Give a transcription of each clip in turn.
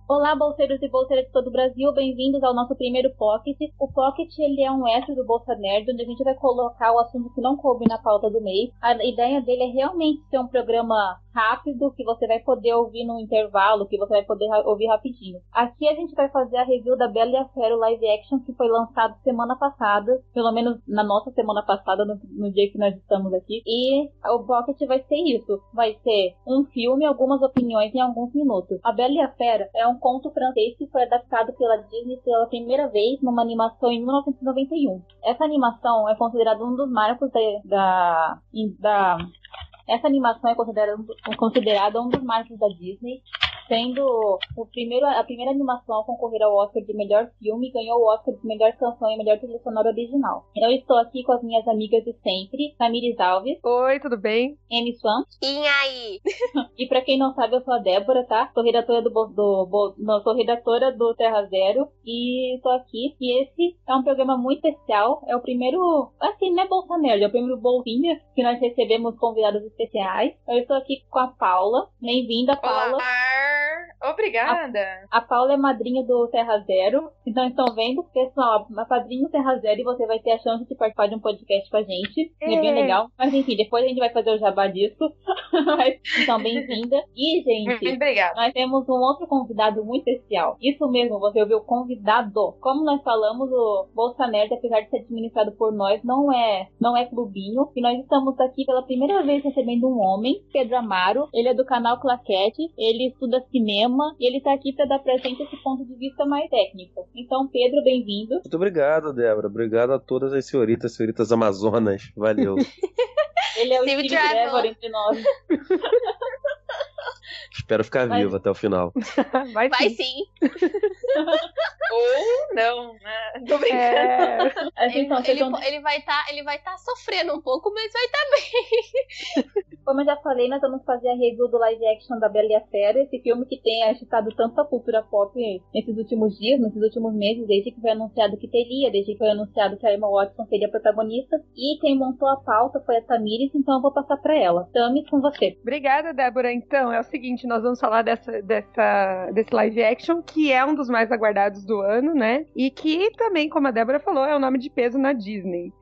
Olá, bolseiros e bolseiras de todo o Brasil, bem-vindos ao nosso primeiro Pocket. O Pocket, ele é um extra do Bolsa Nerd, onde a gente vai colocar o assunto que não coube na pauta do mês. A ideia dele é realmente ser um programa rápido, que você vai poder ouvir no intervalo, que você vai poder ouvir rapidinho. Aqui a gente vai fazer a review da Bela e a Fera, o live action, que foi lançado semana passada, pelo menos na nossa semana passada, no dia que nós estamos aqui. E o Pocket vai ser isso, vai ser um filme, algumas opiniões em alguns minutos. A Bela e a Fera é um conto francês que foi adaptado pela Disney pela primeira vez numa animação em 1991. Essa animação é considerada um dos marcos Essa animação é considerada um dos marcos da Disney, sendo a primeira animação a concorrer ao Oscar de melhor filme e ganhou o Oscar de melhor canção e melhor trilha sonora original. Eu estou aqui com as minhas amigas de sempre, Tamires Alves. Oi, tudo bem? Amy Swan. E aí? E pra quem não sabe, eu sou a Débora, tá? Sou redatora sou redatora do Terra Zero e estou aqui. E esse é um programa muito especial. É o primeiro, assim, não é Bolsa Nerd, é o primeiro Bolsinha que nós recebemos convidados especiais. Eu estou aqui com a Paula. Bem-vinda, Paula. Olá! Obrigada! A Paula é madrinha do Terra Zero. Então estão vendo, pessoal, a padrinha do Terra Zero, e você vai ter a chance de participar de um podcast com a gente. É bem legal. Mas enfim, depois a gente vai fazer o jabá disso. Então, bem-vinda. E, gente, obrigada. Nós temos um outro convidado muito especial. Isso mesmo, você ouviu, convidado. Como nós falamos, o Bolsa Nerd, apesar de ser administrado por nós, não é clubinho. E nós estamos aqui pela primeira vez recebendo um homem, Pedro Amaro. Ele é do canal Claquete, ele estuda cinema e ele tá aqui para dar pra gente esse ponto de vista mais técnico. Então, Pedro, bem-vindo. Muito obrigado, Débora. Obrigado a todas as senhoritas amazonas. Valeu. Ele é o Steve Trevor entre nós. Espero ficar vivo até o final. Vai sim. Ou não, né? Tô brincando. Ele vai tá sofrendo um pouco, mas vai tá bem. Como eu já falei, nós vamos fazer a review do live action da Bela e a Fera, esse filme que tem agitado tanto a cultura pop nesses últimos dias, nesses últimos meses, desde que foi anunciado que teria, desde que foi anunciado que a Emma Watson seria a protagonista. E quem montou a pauta foi a Tamires, então eu vou passar pra ela. Tamis, com você. Obrigada, Débora. Então, é o seguinte, nós vamos falar desse live action, que é um dos mais aguardados do ano, né? E que também, como a Débora falou, é um nome de peso na Disney.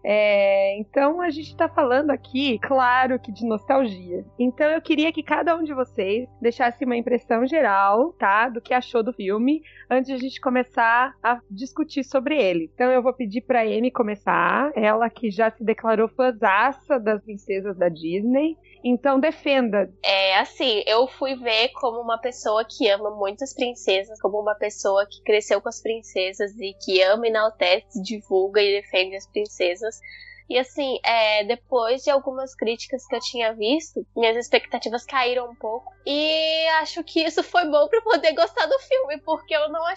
Então, a gente tá falando aqui, claro que de nostalgia. Então, eu queria que cada um de vocês deixasse uma impressão geral, tá? Do que achou do filme, antes de a gente começar a discutir sobre ele. Então, eu vou pedir pra Amy começar, ela que já se declarou fãzaça das princesas da Disney. Então, defenda. Assim, eu fui ver como uma pessoa que ama muitas princesas, como uma pessoa que cresceu com as princesas e que ama, enaltece, divulga e defende as princesas. E assim, depois de algumas críticas que eu tinha visto, minhas expectativas caíram um pouco. E acho que isso foi bom pra poder gostar do filme, porque eu não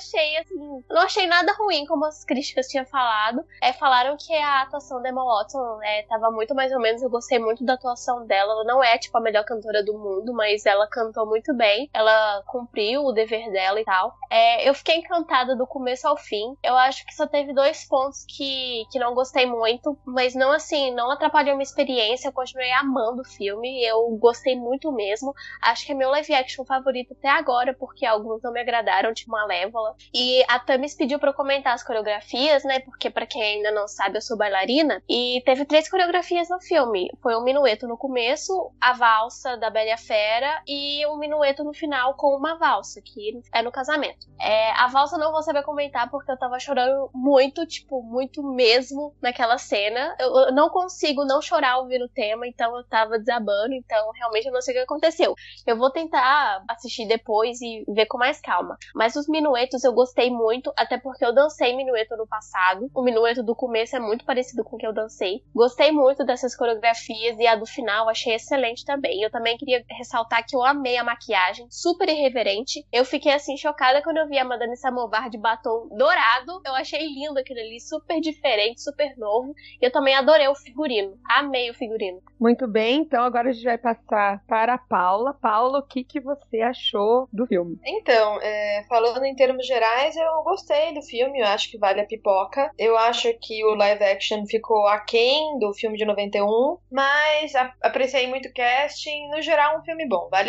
achei nada ruim como as críticas tinham falado. Falaram que a atuação da Emma Watson tava muito mais ou menos, eu gostei muito da atuação dela. Ela não é, tipo, a melhor cantora do mundo, mas ela cantou muito bem. Ela cumpriu o dever dela e tal. Eu fiquei encantada do começo ao fim. Eu acho que só teve 2 pontos que não gostei muito, mas não atrapalhou minha experiência. Eu continuei amando o filme, eu gostei muito mesmo. Acho que é meu live action favorito até agora, porque alguns não me agradaram, tipo Malévola. E a Tamis pediu pra eu comentar as coreografias, né, porque pra quem ainda não sabe, eu sou bailarina, e teve 3 coreografias no filme. Foi um minueto no começo, a valsa da Bela e a Fera, e um minueto no final com uma valsa, que é no casamento. A valsa eu não vou saber comentar, porque eu tava chorando muito, tipo, muito mesmo naquela cena. Eu não consigo não chorar ouvindo o tema, então eu tava desabando, então realmente eu não sei o que aconteceu. Eu vou tentar assistir depois e ver com mais calma. Mas os minuetos eu gostei muito, até porque eu dancei minueto no passado. O minueto do começo é muito parecido com o que eu dancei. Gostei muito dessas coreografias e a do final achei excelente também. Eu também queria ressaltar que eu amei a maquiagem, super irreverente. Eu fiquei assim chocada quando eu vi a Madame Samovar de batom dourado. Eu achei lindo aquilo ali, super diferente, super novo. Eu também adorei o figurino. Amei o figurino. Muito bem, então agora a gente vai passar para a Paula. Paula, o que você achou do filme? Então, falando em termos gerais, eu gostei do filme, eu acho que vale a pipoca. Eu acho que o live action ficou aquém do filme de 91, mas apreciei muito o casting. No geral, um filme bom. Vale a pipoca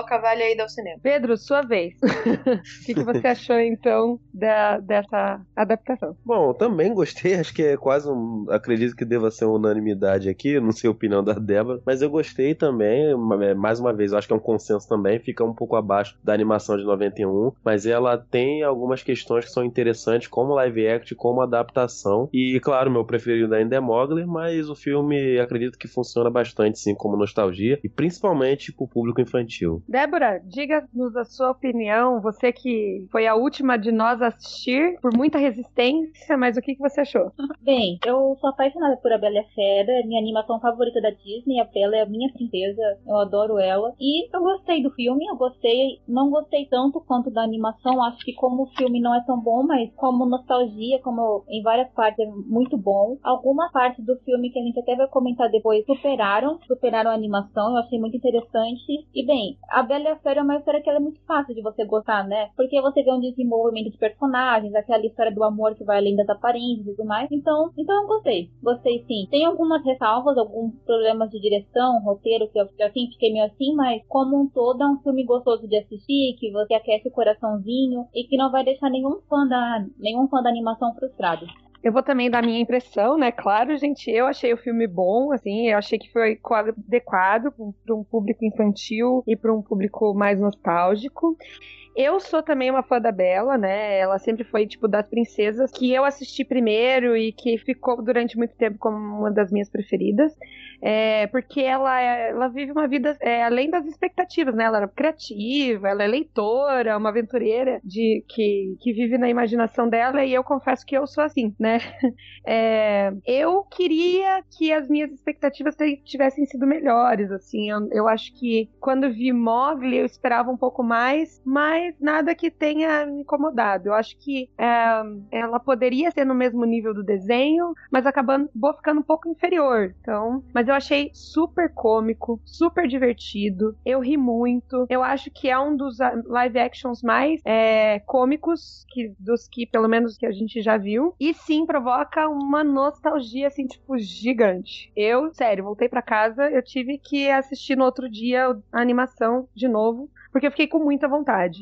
pipoca, vale a ida ao cinema. Pedro, sua vez. O que você achou, então, dessa adaptação? Bom, eu também gostei, acho que é quase acredito que deva ser uma unanimidade aqui, não sei a opinião da Débora, mas eu gostei também, mais uma vez, eu acho que é um consenso também, fica um pouco abaixo da animação de 91, mas ela tem algumas questões que são interessantes, como live action, como adaptação, e claro, meu preferido ainda é Mowgli, mas o filme acredito que funciona bastante, sim, como nostalgia, e principalmente pro público infantil. Débora, diga-nos a sua opinião, você que foi a última de nós a assistir, por muita resistência, mas o que você achou? Bem, eu sou apaixonada por A Bela e a Fera, minha animação favorita da Disney, a Bela é a minha princesa, eu adoro ela, e eu gostei do filme, não gostei tanto quanto da animação, acho que como o filme não é tão bom, mas como nostalgia, como em várias partes é muito bom. Algumas partes do filme que a gente até vai comentar depois superaram a animação, eu achei muito interessante. E bem, A Bela e a Fera é uma história que ela é muito fácil de você gostar, né? Porque você vê um desenvolvimento de personagens, aquela história do amor que vai além das aparências e tudo mais. Então eu gostei sim. Tem algumas ressalvas, alguns problemas de direção, roteiro, que eu assim, fiquei meio assim, mas como um todo é um filme gostoso de assistir, que você aquece o coraçãozinho e que não vai deixar nenhum fã da animação frustrado. Eu vou também dar minha impressão, né? Claro, gente, eu achei o filme bom, assim, eu achei que foi adequado para um público infantil e para um público mais nostálgico. Eu sou também uma fã da Bela, né? Ela sempre foi, tipo, das princesas que eu assisti primeiro e que ficou durante muito tempo como uma das minhas preferidas. Porque ela vive uma vida além das expectativas, né? Ela era criativa, ela é leitora, uma aventureira que vive na imaginação dela, e eu confesso que eu sou assim, né? Eu queria que as minhas expectativas tivessem sido melhores, assim. Eu acho que quando vi Mowgli eu esperava um pouco mais, mas nada que tenha me incomodado. Eu acho que ela poderia ser no mesmo nível do desenho, mas acabou ficando um pouco inferior. Então, mas eu achei super cômico, super divertido. Eu ri muito. Eu acho que é um dos live actions mais cômicos dos que, pelo menos, que a gente já viu. E sim, provoca uma nostalgia, assim, tipo, gigante. Sério, voltei pra casa, eu tive que assistir no outro dia a animação de novo, porque eu fiquei com muita vontade.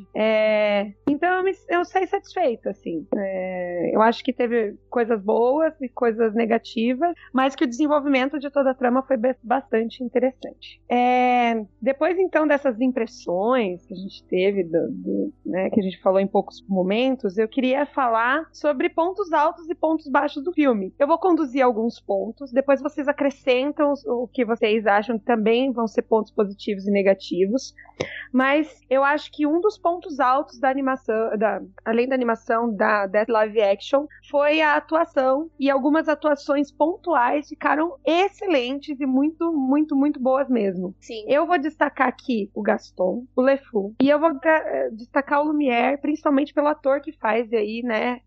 Então eu saí satisfeita, assim. Eu acho que teve coisas boas e coisas negativas, mas que o desenvolvimento de toda a trama foi bastante interessante. Depois, então, dessas impressões que a gente teve, né, que a gente falou em poucos momentos, eu queria falar sobre pontos altos e pontos baixos do filme. Eu vou conduzir alguns pontos, depois vocês acrescentam o que vocês acham que também vão ser pontos positivos e negativos, mas eu acho que um dos pontos altos da animação, além da animação dessa live action, foi a atuação, e algumas atuações pontuais ficaram excelentes e muito, muito, muito boas mesmo. Sim. Eu vou destacar aqui o Gaston, o LeFou, e eu vou destacar o Lumière, principalmente pelo ator que faz aí, né?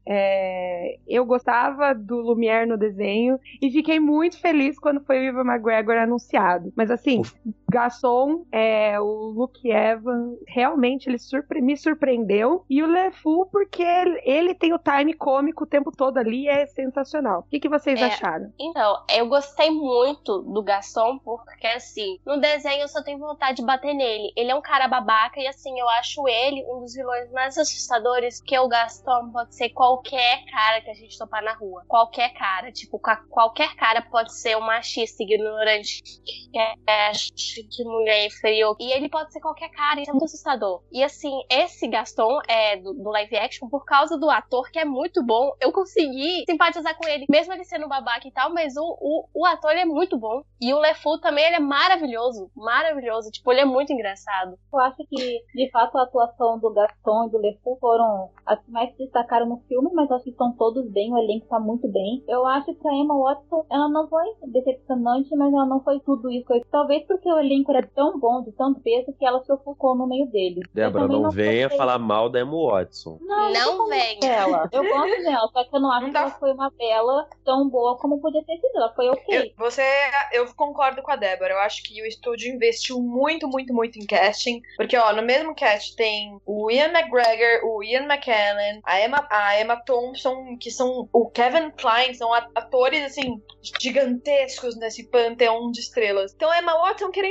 Eu gostava do Lumière no desenho e fiquei muito feliz quando foi o Ewan McGregor anunciado. Mas assim, Gaston, o Luke Evans, realmente ele me surpreendeu. E o LeFou, porque ele tem o time cômico o tempo todo ali, é sensacional. O que vocês acharam? Então, eu gostei muito do Gaston, porque assim, no desenho eu só tenho vontade de bater nele. Ele é um cara babaca e assim, eu acho ele um dos vilões mais assustadores, porque o Gaston pode ser qualquer cara que a gente topar na rua. Qualquer cara. Tipo, qualquer cara pode ser um machista ignorante que acha que mulher é inferior. E ele pode ser qualquer cara, isso é muito assustador. E assim, esse Gaston do live action, por causa do ator, que é muito bom, eu consegui simpatizar com ele, mesmo ele sendo babaca e tal, mas o ator ele é muito bom. E o LeFou também, ele é maravilhoso, maravilhoso, tipo, ele é muito engraçado. Eu acho que, de fato, a atuação do Gaston e do LeFou foram as que mais se destacaram no filme, mas acho que estão todos bem, o elenco tá muito bem. Eu acho que a Emma Watson, ela não foi decepcionante, mas ela não foi tudo isso. Talvez porque o elenco era tão bom, de tanto peso, que ela se ofuscou no meio dele. Débora, não venha falar mal da Emma Watson. Não venha. Dela. Eu gosto dela, só que eu não acho que ela foi uma Bela tão boa como podia ter sido. Ela foi ok. Eu concordo com a Débora. Eu acho que o estúdio investiu muito, muito, muito em casting. Porque, ó, no mesmo cast tem o Ian McGregor, o Ian McKellen, a Emma Thompson, que são o Kevin Kline, são atores, assim, gigantescos nesse panteão de estrelas. Então a Emma Watson, querendo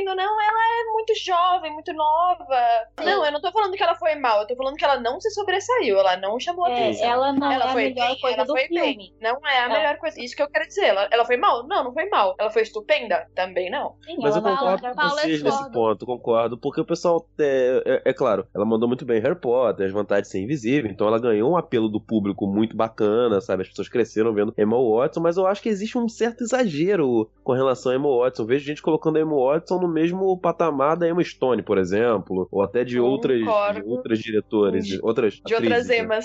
dizendo, não, ela é muito jovem, muito nova. Sim. Não, eu não tô falando que ela foi mal, eu tô falando que ela não se sobressaiu, ela não chamou atenção. Ela não Ela é a foi melhor bem, coisa ela do foi filme. bem. Não é a melhor coisa. Isso que eu quero dizer. Ela foi mal? Não, não foi mal. Ela foi estupenda? Também não. Sim, Mas ela eu não concordo é com Paula vocês discorda. nesse ponto, concordo, porque o pessoal, é claro, ela mandou muito bem Harry Potter, as vantagens de ser invisível, então ela ganhou um apelo do público muito bacana, sabe, as pessoas cresceram vendo Emma Watson, mas eu acho que existe um certo exagero com relação a Emma Watson, eu vejo gente colocando a Emma Watson no mesmo patamar da Emma Stone, por exemplo, ou até de outras diretores, outras De outras atrizes, né? emas.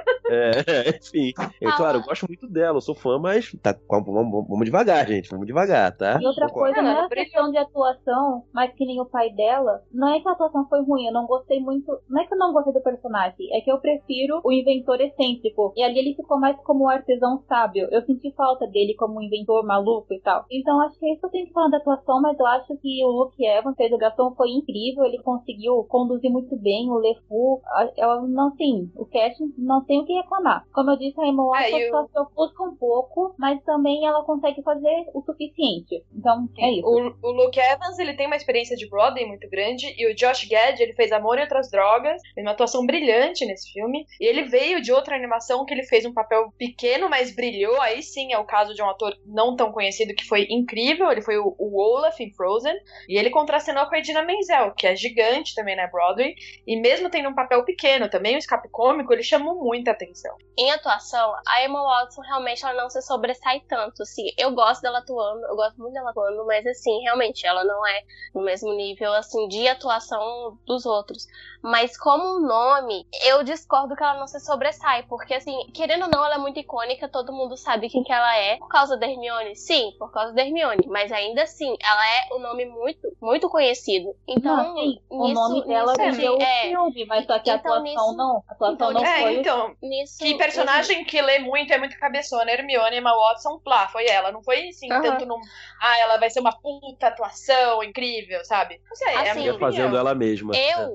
Enfim, claro, eu gosto muito dela, eu sou fã, mas vamos devagar, gente, vamos devagar, tá? E outra Concordo. coisa, não é Ela a questão de atuação, mas que nem o pai dela, não é que a atuação foi ruim, eu não gostei muito, não é que eu não gostei do personagem, é que eu prefiro o inventor excêntrico, e ali ele ficou mais como o artesão sábio, eu senti falta dele como um inventor maluco e tal. Então acho que é isso que eu tenho que falar da atuação, mas eu acho que o Luke Evans, fez o Gaston, foi incrível, ele conseguiu conduzir muito bem o LeFou, ela não, sim, o casting não tem o que reclamar. Como eu disse, a Emma Watson só se ofusca um pouco, mas também ela consegue fazer o suficiente. Então, é isso. O Luke Evans, ele tem uma experiência de Broadway muito grande, e o Josh Gad, ele fez Amor e Outras Drogas, fez uma atuação brilhante nesse filme, e ele veio de outra animação que ele fez um papel pequeno, mas brilhou, aí sim é o caso de um ator não tão conhecido que foi incrível, ele foi o Olaf em Frozen, e ele contracenou com a Idina Menzel, que é gigante também na Broadway, e mesmo tendo um papel pequeno, também o escape cômico, ele chamou muita atenção. Em atuação, a Emma Watson realmente ela não se sobressai tanto, assim, eu gosto dela atuando, eu gosto muito dela atuando, mas assim, realmente, ela não é no mesmo nível, assim, de atuação dos outros. Mas como nome, eu discordo que ela não se sobressai, porque assim, querendo ou não, ela é muito icônica, todo mundo sabe quem que ela é. Por causa da Hermione? Sim, por causa da Hermione, mas ainda assim, ela é um nome muito, muito conhecido. Então, não, sim, o nome dela vendeu o filme, mas só que a então, atuação não. A atuação não foi. Então, nisso, que personagem que lê muito é muito cabeçona. Hermione, Emma Watson, lá, foi ela. Não foi assim, tanto no... ela vai ser uma puta atuação incrível, sabe? Não sei, é a minha opinião. Fazendo ela mesma.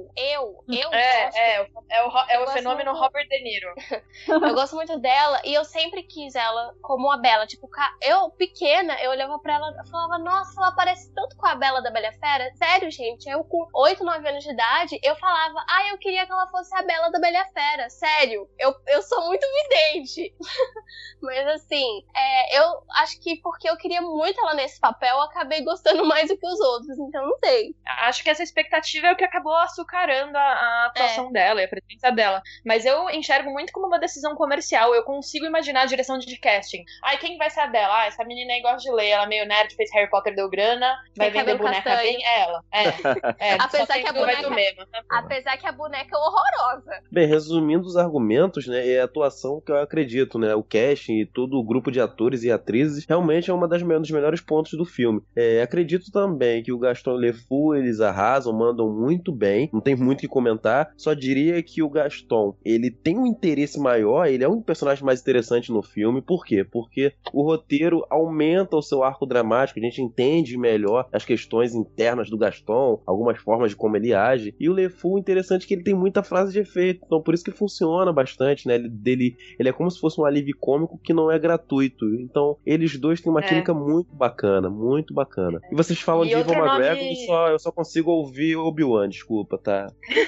É o fenômeno muito... Robert De Niro. Eu gosto muito dela e eu sempre quis ela como a Bella. Tipo, eu, pequena, eu olhava pra ela e falava, nossa, ela parece tanto com a Bella da Bela Fera. Sério, gente, eu com 8, 9 anos de idade, eu falava, eu queria que ela fosse a Bella da Bela Fera. Sério, eu sou muito vidente. Mas assim, eu acho que porque eu queria muito ela nesse papel, eu acabei gostando mais do que os outros, então não sei. Acho que essa expectativa é o que acabou açucarando a atuação dela e a presença dela. Mas eu enxergo muito como uma decisão comercial. Eu consigo imaginar a direção de casting. Quem vai ser a Bella? Essa menina aí gosta de ler, ela é meio nerd, fez Harry Potter, deu grana, vai vender boneca castanho. bem, ela. Apesar que a boneca mesmo. Apesar que a boneca é horrorosa. Bem, resumindo os argumentos, né, é a atuação que eu acredito, né, o casting e todo o grupo de atores e atrizes realmente é uma dos melhores pontos do filme. Acredito também que o Gaston e LeFou, eles arrasam, mandam muito bem, não tem muito o que comentar, só diria que o Gaston, ele tem um interesse maior, ele é um personagem mais interessante no filme, por quê? Porque o roteiro aumenta o seu arco dramático, a gente entende melhor as questões internas do Gaston, algumas formas de como ele age, e o LeFou, interessante que ele tem muita frase de efeito, então por isso que funciona bastante, né, ele é como se fosse um alívio cômico que não é gratuito, então eles dois têm uma química muito bacana, muito bacana. E vocês falam de Ewan McGregor, eu só consigo ouvir Obi-Wan, desculpa, tá?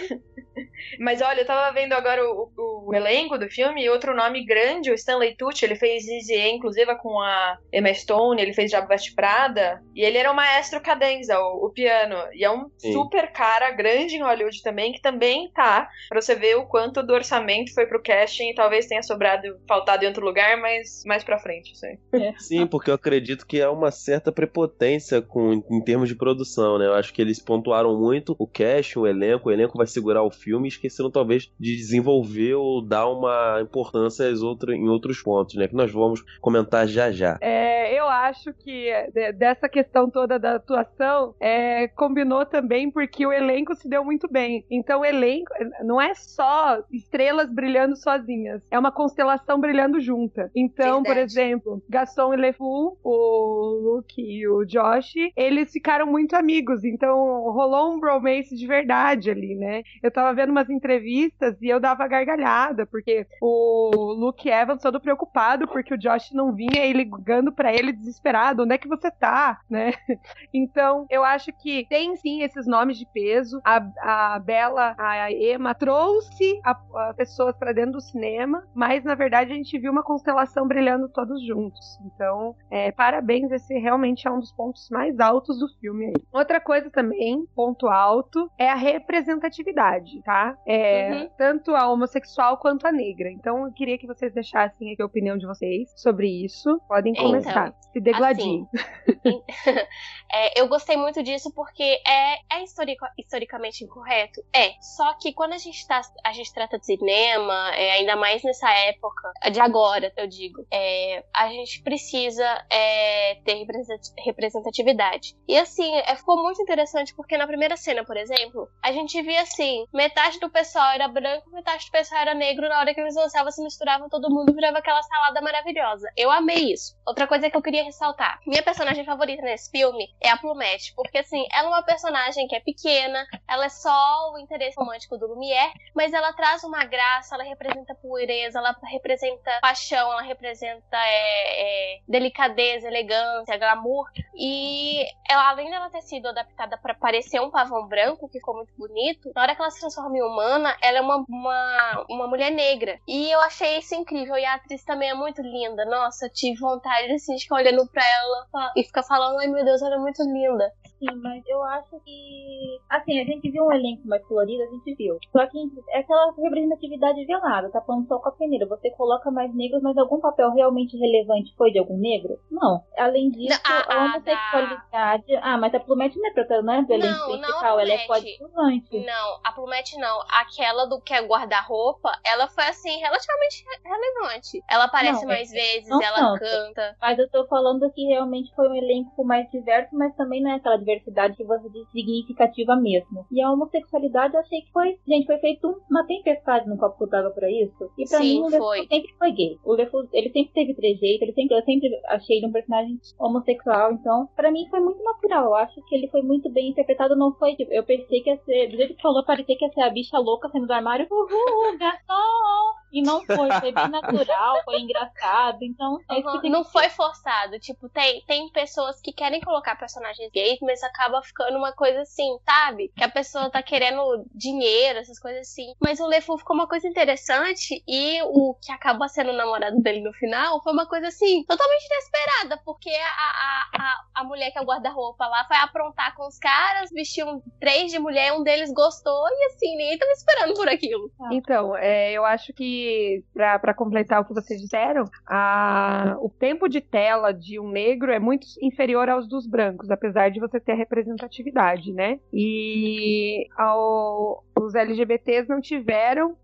Mas olha, eu tava vendo agora o elenco do filme, e outro nome grande, o Stanley Tucci, ele fez Easy, inclusive com a Emma Stone, ele fez Diabo Veste Prada, e ele era o maestro cadenza, o piano, e é um super cara, grande em Hollywood também, que também tá, pra você ver o quanto do orçamento foi pro casting, e talvez tenha faltado em outro lugar, mas mais pra frente, isso aí. Sim, porque eu acredito que há uma certa prepotência em termos de produção, né, eu acho que eles pontuaram muito o casting, o elenco vai segurar o filme, e esqueceram talvez de desenvolver ou dar uma importância em outros pontos, né, que nós vamos comentar já já. Eu acho que dessa questão toda da atuação combinou também porque o elenco se deu muito bem. Então o elenco não é só estrelas brilhando sozinhas, é uma constelação brilhando junta. Então, por exemplo, Gaston e LeFou, o Luke e o Josh, eles ficaram muito amigos, então rolou um bromance de verdade ali, né? Eu tava vendo umas entrevistas e eu dava gargalhada preocupada, porque o Luke Evans todo preocupado porque o Josh não vinha e ligando pra ele desesperado, onde é que você tá, né? Então, eu acho que tem sim esses nomes de peso. A Bella, a Emma trouxe pessoas pra dentro do cinema, mas na verdade a gente viu uma constelação brilhando todos juntos. Então, parabéns, esse realmente é um dos pontos mais altos do filme aí. Outra coisa também, ponto alto, é a representatividade, tá? Tanto a homossexual quanto a negra. Então, eu queria que vocês deixassem aqui a opinião de vocês sobre isso. Podem começar. Então, se degladiem. Assim, eu gostei muito disso porque é historicamente incorreto? Só que quando a gente trata de cinema, ainda mais nessa época, de agora, eu digo, a gente precisa ter representatividade. E assim, ficou muito interessante porque na primeira cena, por exemplo, a gente via assim, metade do pessoal era branco, metade do pessoal era negro, na hora que eles dançavam, se misturavam, todo mundo virava aquela salada maravilhosa. Eu amei isso. Outra coisa que eu queria ressaltar, minha personagem favorita nesse filme é a Plumette, porque assim, ela é uma personagem que é pequena, ela é só o interesse romântico do Lumière, mas ela traz uma graça, ela representa pureza, ela representa paixão, ela representa delicadeza, elegância, glamour, e ela, além dela ter sido adaptada para parecer um pavão branco, que ficou muito bonito, na hora que ela se transforma em humana, ela é uma mulher negra, e eu achei isso incrível, e a atriz também é muito linda. Nossa, eu tive vontade assim, de ficar olhando pra ela e ficar falando, ai meu Deus, ela é muito linda. Sim, mas eu acho que... Assim, a gente viu um elenco mais colorido, a gente viu. Só que é aquela representatividade velada, tá falando só com a peneira. Você coloca mais negros, mas algum papel realmente relevante foi de algum negro? Não. Além disso, a homossexualidade... mas a Plumette não é do elenco principal, ela é coadjuvante. Não, a Plumette não. Aquela do que é guarda-roupa, ela foi, assim, relativamente relevante. Ela aparece mais vezes, ela canta. Mas eu tô falando que realmente foi um elenco mais diverso, mas também não é aquela diversidade que você diz significativa mesmo. E a homossexualidade, eu achei que foi... Gente, foi feito uma tempestade no copo d'água pra isso. E pra mim, o LeFou sempre foi gay. O LeFou, ele sempre teve trejeito, eu sempre achei ele um personagem homossexual. Então, pra mim, foi muito natural. Eu acho que ele foi muito bem interpretado. Não foi, tipo, eu pensei que ia ser... Do jeito que falou, parecia que ia ser a bicha louca saindo do armário. Garçom! E não foi bem natural, foi engraçado. Então, não foi forçado. Tipo, tem pessoas que querem colocar personagens gays, mas acaba ficando uma coisa assim, sabe? Que a pessoa tá querendo dinheiro, essas coisas assim. Mas o LeFou ficou uma coisa interessante, e o que acaba sendo o namorado dele no final foi uma coisa assim, totalmente inesperada, porque a mulher que é o guarda-roupa lá foi aprontar com os caras, vestiam 3 de mulher, um deles gostou, e assim, ninguém tava esperando por aquilo. Então, eu acho que, pra completar o que vocês disseram, o tempo de tela de um negro é muito inferior aos dos brancos, apesar de você ter a representatividade, né? E os LGBTs não tiveram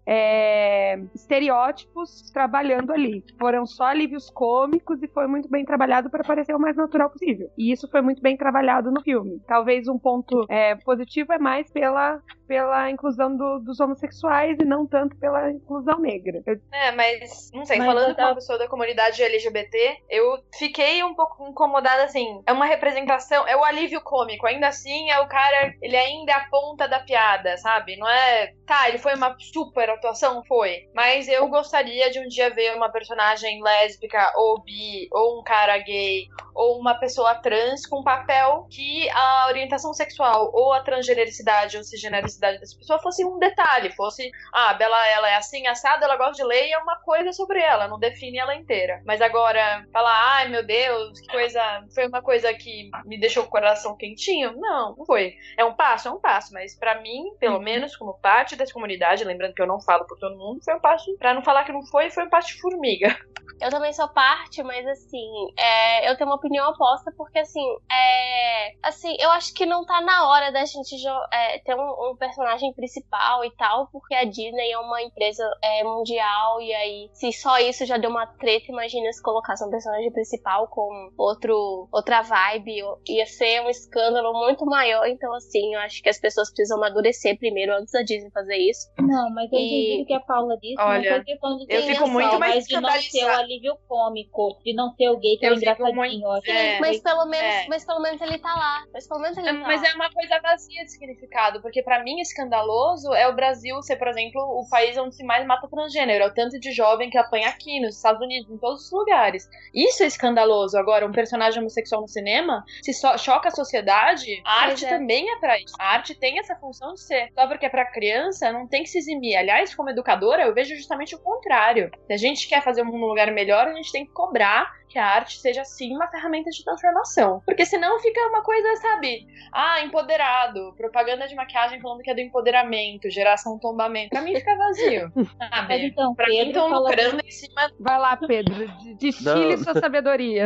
estereótipos trabalhando ali. Foram só alívios cômicos e foi muito bem trabalhado para parecer o mais natural possível. E isso foi muito bem trabalhado no filme. Talvez um ponto positivo é mais pela inclusão dos homossexuais e não tanto pela inclusão negra. Mas, não sei, falando com uma pessoa da comunidade LGBT, eu fiquei um pouco incomodada, assim, é uma representação, é o alívio cômico, ainda assim é o cara, ele ainda é a ponta da piada, sabe? Não é... Tá, ele foi uma super atuação, foi, mas eu gostaria de um dia ver uma personagem lésbica ou bi, ou um cara gay, ou uma pessoa trans com um papel que a orientação sexual ou a transgenericidade ou cisgenericidade dessa pessoa fosse um detalhe, fosse, a Bella, ela é assim, assada, ela gosta de ler e é uma coisa sobre ela, não define ela inteira. Mas agora, falar, ai meu Deus, que coisa, foi uma coisa que me deixou o coração quentinho? Não foi. É um passo, mas pra mim, pelo menos como parte dessa comunidade, lembrando que eu não falo por todo mundo, foi um passo, pra não falar que não foi um passo de formiga. Eu também sou parte, mas assim, eu tenho uma opinião oposta, porque assim, eu acho que não tá na hora da gente ter um personagem principal e tal, porque a Disney é uma empresa mundial, e aí, se só isso já deu uma treta, imagina se colocasse um personagem principal com outra vibe, ia ser um escândalo muito maior. Então assim, eu acho que as pessoas precisam amadurecer primeiro, antes da Disney fazer fazer isso. Não, mas eu entendi o que a Paula disse. Olha, não foi questão de eu fico muito mais mas de não ser o alívio cômico, de não ser o gay que é o engraçadinho. Mas pelo menos ele tá lá. Mas é uma coisa vazia de significado, porque pra mim escandaloso é o Brasil ser, por exemplo, o país onde se mais mata transgênero. É o tanto de jovem que apanha aqui, nos Estados Unidos, em todos os lugares. Isso é escandaloso. Agora, um personagem homossexual no cinema, se choca a sociedade, a arte também é pra isso. A arte tem essa função de ser. Só porque é pra criança, não tem que se eximir. Aliás, como educadora, eu vejo justamente o contrário. Se a gente quer fazer o mundo um lugar melhor, a gente tem que cobrar que a arte seja, sim, uma ferramenta de transformação. Porque senão fica uma coisa, sabe? Empoderado. Propaganda de maquiagem falando que é do empoderamento. Geração tombamento. Pra mim fica vazio. Mas então, pra Pedro mim estão lucrando em cima... Vai lá, Pedro. Destile sua sabedoria.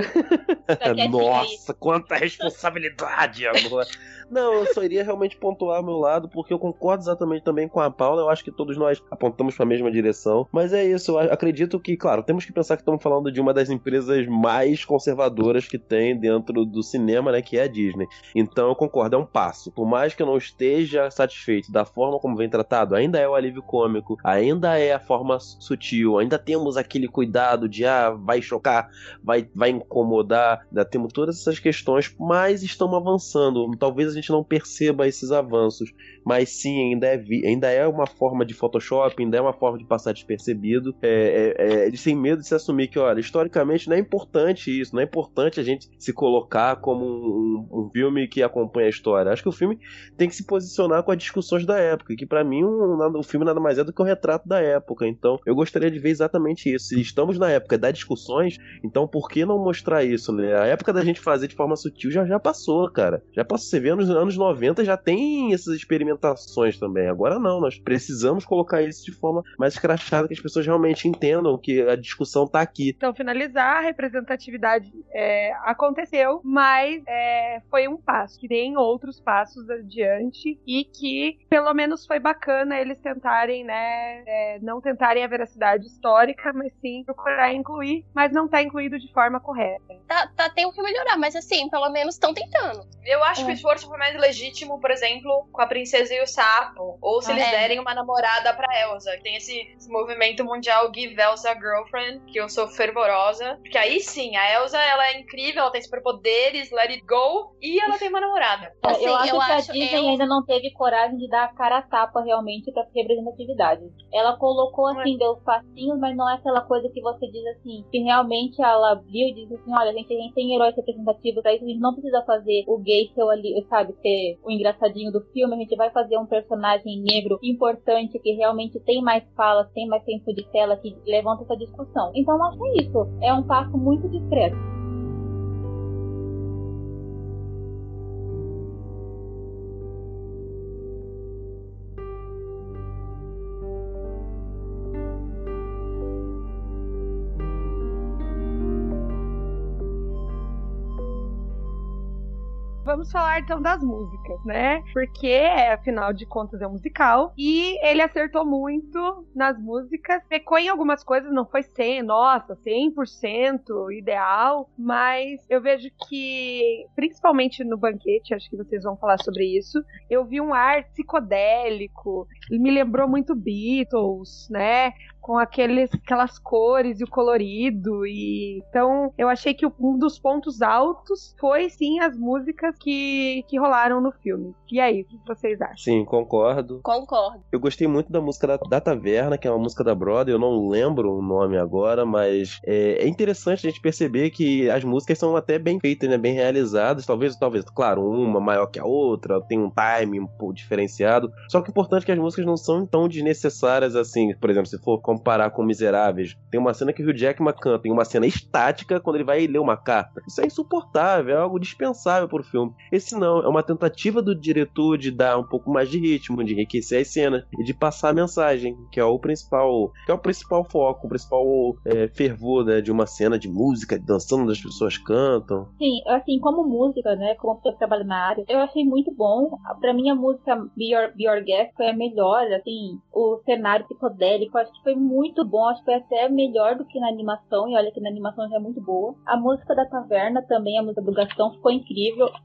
Nossa, quanta responsabilidade agora. Não, eu só iria realmente pontuar meu lado, porque eu concordo exatamente também com a Paula. Eu acho que todos nós apontamos para a mesma direção. Mas é isso, eu acredito que, claro, temos que pensar que estamos falando de uma das empresas mais conservadoras que tem dentro do cinema, né, que é a Disney. Então eu concordo, é um passo. Por mais que eu não esteja satisfeito da forma como vem tratado, ainda é o alívio cômico, ainda é a forma sutil, ainda temos aquele cuidado de, vai chocar, vai incomodar, ainda temos todas essas questões, mas estamos avançando. Talvez a gente não perceba esses avanços, mas sim, ainda é uma forma de Photoshop, ainda é uma forma de passar despercebido. Eles têm medo de se assumir que, olha, historicamente não é importante isso, não é importante a gente se colocar como um filme que acompanha a história. Acho que o filme tem que se posicionar com as discussões da época, que pra mim o filme nada mais é do que o retrato da época. Então eu gostaria de ver exatamente isso. Se estamos na época das discussões, então por que não mostrar isso, né? A época da gente fazer de forma sutil já passou, cara. Já passou. Você vê nos anos 90 já tem essas experimentações também. Agora não, nós precisamos colocar isso de forma mais escrachada, que as pessoas realmente entendam que a discussão tá aqui. Então, finalizar, a representatividade aconteceu, mas foi um passo. Que tem outros passos adiante e que, pelo menos, foi bacana eles tentarem, né, não tentarem a veracidade histórica, mas sim procurar incluir, mas não tá incluído de forma correta. Tem o que melhorar, mas assim, pelo menos estão tentando. Eu acho que o esforço foi mais legítimo, por exemplo, com a Princesa e o Sapo. Ou se eles derem uma namorada pra Elsa. Tem esse movimento mundial Give Elsa a Girlfriend, que eu sou fervorosa. Porque aí sim, a Elsa, ela é incrível, ela tem superpoderes, let it go, e ela tem uma namorada. Assim, eu acho que a Disney ainda não teve coragem de dar a cara a tapa realmente pra representatividade. Ela colocou assim, deu passinhos, mas não é aquela coisa que você diz assim, que realmente ela viu e disse assim, olha, a gente tem heróis representativos, aí a gente não precisa fazer o gay ser ali, sabe, ser o engraçadinho do filme, a gente vai fazer um personagem negro importante que realmente tem mais falas, tem mais tempo de tela, que levanta essa discussão. Então acho que é isso, é um passo muito discreto. Vamos falar então das músicas, né? Porque, afinal de contas, é um musical. E ele acertou muito nas músicas. Pecou em algumas coisas, não foi 100% ideal. Mas eu vejo que, principalmente no Banquete, acho que vocês vão falar sobre isso, eu vi um ar psicodélico. Ele me lembrou muito Beatles, né? Com aquelas cores e o colorido. Então, eu achei que um dos pontos altos foi, sim, as músicas que rolaram no filme. E aí, o que vocês acham? Sim, concordo. Eu gostei muito da música da Taverna, que é uma música da Broadway, eu não lembro o nome agora, mas é interessante a gente perceber que as músicas são até bem feitas, né, bem realizadas, talvez, claro, uma maior que a outra, tem um time um pouco diferenciado, só que o importante é que as músicas não são tão desnecessárias assim. Por exemplo, se for comparar com Miseráveis, tem uma cena que o Hugh Jackman canta, tem uma cena estática quando ele vai ler uma carta. Isso é insuportável, é algo dispensável pro filme. Esse não, é uma tentativa do diretor de dar um pouco mais de ritmo, de enriquecer as cenas e de passar a mensagem, que é o principal foco, o principal fervor, né, de uma cena de música, dançando, as pessoas cantam. Sim, assim, como música, né, como pessoa que trabalha na área, eu achei muito bom. Pra mim a música Be Your Guest foi a melhor, assim, o cenário psicodélico, acho que foi muito bom, acho que foi até melhor do que na animação, e olha que na animação já é muito boa. A música da Taverna também, a música do Gastão, ficou incrível.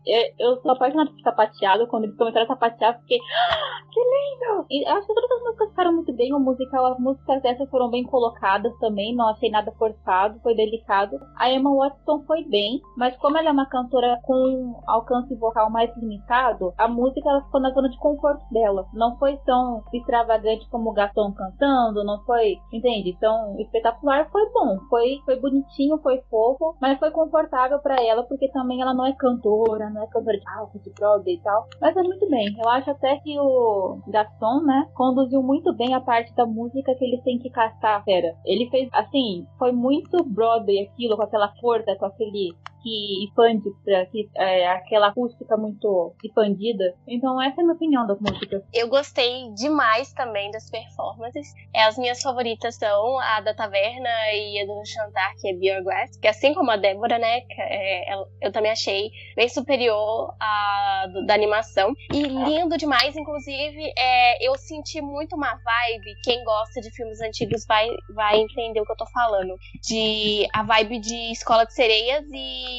Eu sou apaixonada por sapateado. Quando eles começaram a sapatear, eu fiquei, que lindo! E eu acho que todas as músicas ficaram muito bem. O musical, as músicas dessas foram bem colocadas também. Não achei nada forçado, foi delicado. A Emma Watson foi bem, mas como ela é uma cantora com alcance vocal mais limitado, a música ela ficou na zona de conforto dela. Não foi tão extravagante como o Gaston cantando, não foi, entende? Tão espetacular. Foi bom, foi bonitinho, foi fofo, mas foi confortável pra ela, porque também ela não é cantora de palco, de Broadway e tal. Mas é muito bem. Eu acho até que o Gaston, né, conduziu muito bem a parte da música que eles têm que castar a fera. Ele fez, assim, foi muito Broadway aquilo, com aquela força, com aquele que expande aquela acústica muito expandida. Então essa é a minha opinião das músicas. Eu gostei demais também das performances. As minhas favoritas são a da Taverna e a do Chantar, que é Be Your Guest, que assim como a Débora, né, eu também achei bem superior à da animação. E lindo demais, inclusive, eu senti muito uma vibe, quem gosta de filmes antigos vai entender o que eu tô falando, de a vibe de Escola de Sereias e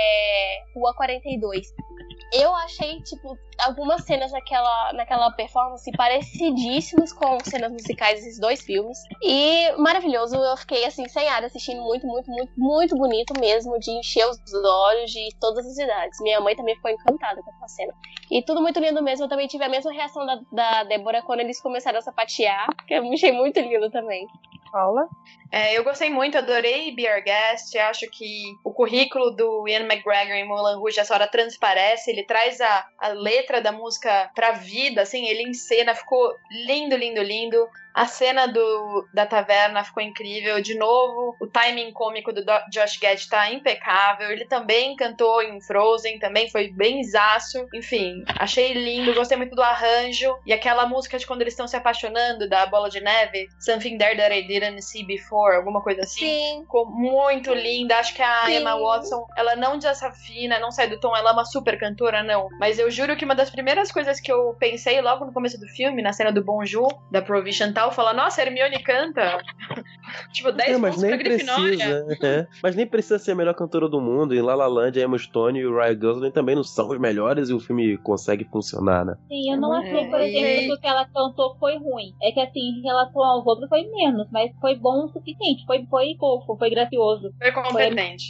Rua 42. Eu achei, tipo, algumas cenas naquela performance parecidíssimas com cenas musicais desses dois filmes. E maravilhoso, eu fiquei assim, sem ar, assistindo muito, muito, muito, muito bonito mesmo, de encher os olhos de todas as idades. Minha mãe também ficou encantada com essa cena. E tudo muito lindo mesmo, eu também tive a mesma reação da Débora quando eles começaram a sapatear, que eu achei muito lindo também. Paula? Eu gostei muito, adorei Be Our Guest. Acho que o currículo do Ian McGregor em Moulin Rouge essa hora transparece. Ele traz a letra da música pra vida, assim, ele encena, ficou lindo, lindo, lindo. A cena da taverna ficou incrível. De novo, o timing cômico do Josh Gad tá impecável. Ele também cantou em Frozen, também foi bem zaço. Enfim, achei lindo, gostei muito do arranjo. E aquela música de quando eles estão se apaixonando, da Bola de Neve, Something There That I Didn't See Before, alguma coisa assim. Sim. Ficou muito linda. Acho que a Emma Watson, ela não desafina, não sai do tom. Ela é uma super cantora, não. Mas eu juro que uma das primeiras coisas que eu pensei logo no começo do filme, na cena do Bonjour, da Provision tal, falar, nossa, a Hermione canta. Tipo, 10 pontos pra Grifinória. Mas nem precisa ser a melhor cantora do mundo. Em La La Land, a Emma Stone e o Ryan Gosling também não são os melhores e o filme consegue funcionar, né? Sim, eu não achei, por exemplo, que o que ela cantou foi ruim. É que assim, em relação aos outros foi menos, mas foi bom o suficiente. Foi fofo, foi gracioso. Foi competente.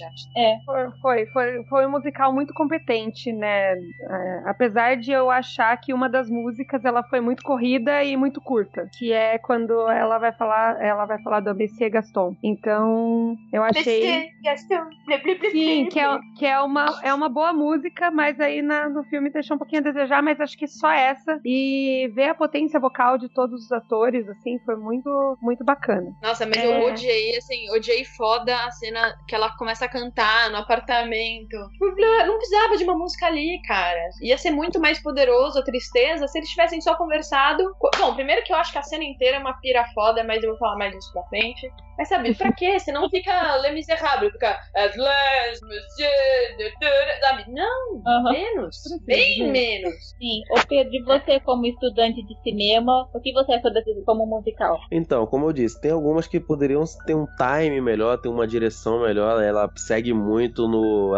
Foi um musical muito competente, né? Apesar de eu achar que uma das músicas ela foi muito corrida e muito curta, que é quando ela vai falar do Monsieur Gaston. Então, eu achei... Monsieur Gaston. Sim, que é uma boa música, mas aí no filme deixou um pouquinho a desejar, mas acho que só essa. E ver a potência vocal de todos os atores, assim, foi muito, muito bacana. Nossa, mas eu odiei foda a cena que ela começa a cantar no apartamento. Não precisava de uma música ali, cara. Ia ser muito mais poderoso a tristeza se eles tivessem só conversado. Bom, primeiro que eu acho que a cena inteira é uma pira foda, mas eu vou falar mais disso pra frente. Mas sabe, pra quê? Senão fica Les Misérables, fica At last, monsieur, sabe? Não, menos, bem menos. Sim, ô Pedro, e você como estudante de cinema, o que você achou desse como musical? Então, como eu disse, tem algumas que poderiam ter um time melhor, ter uma direção melhor. Ela segue muito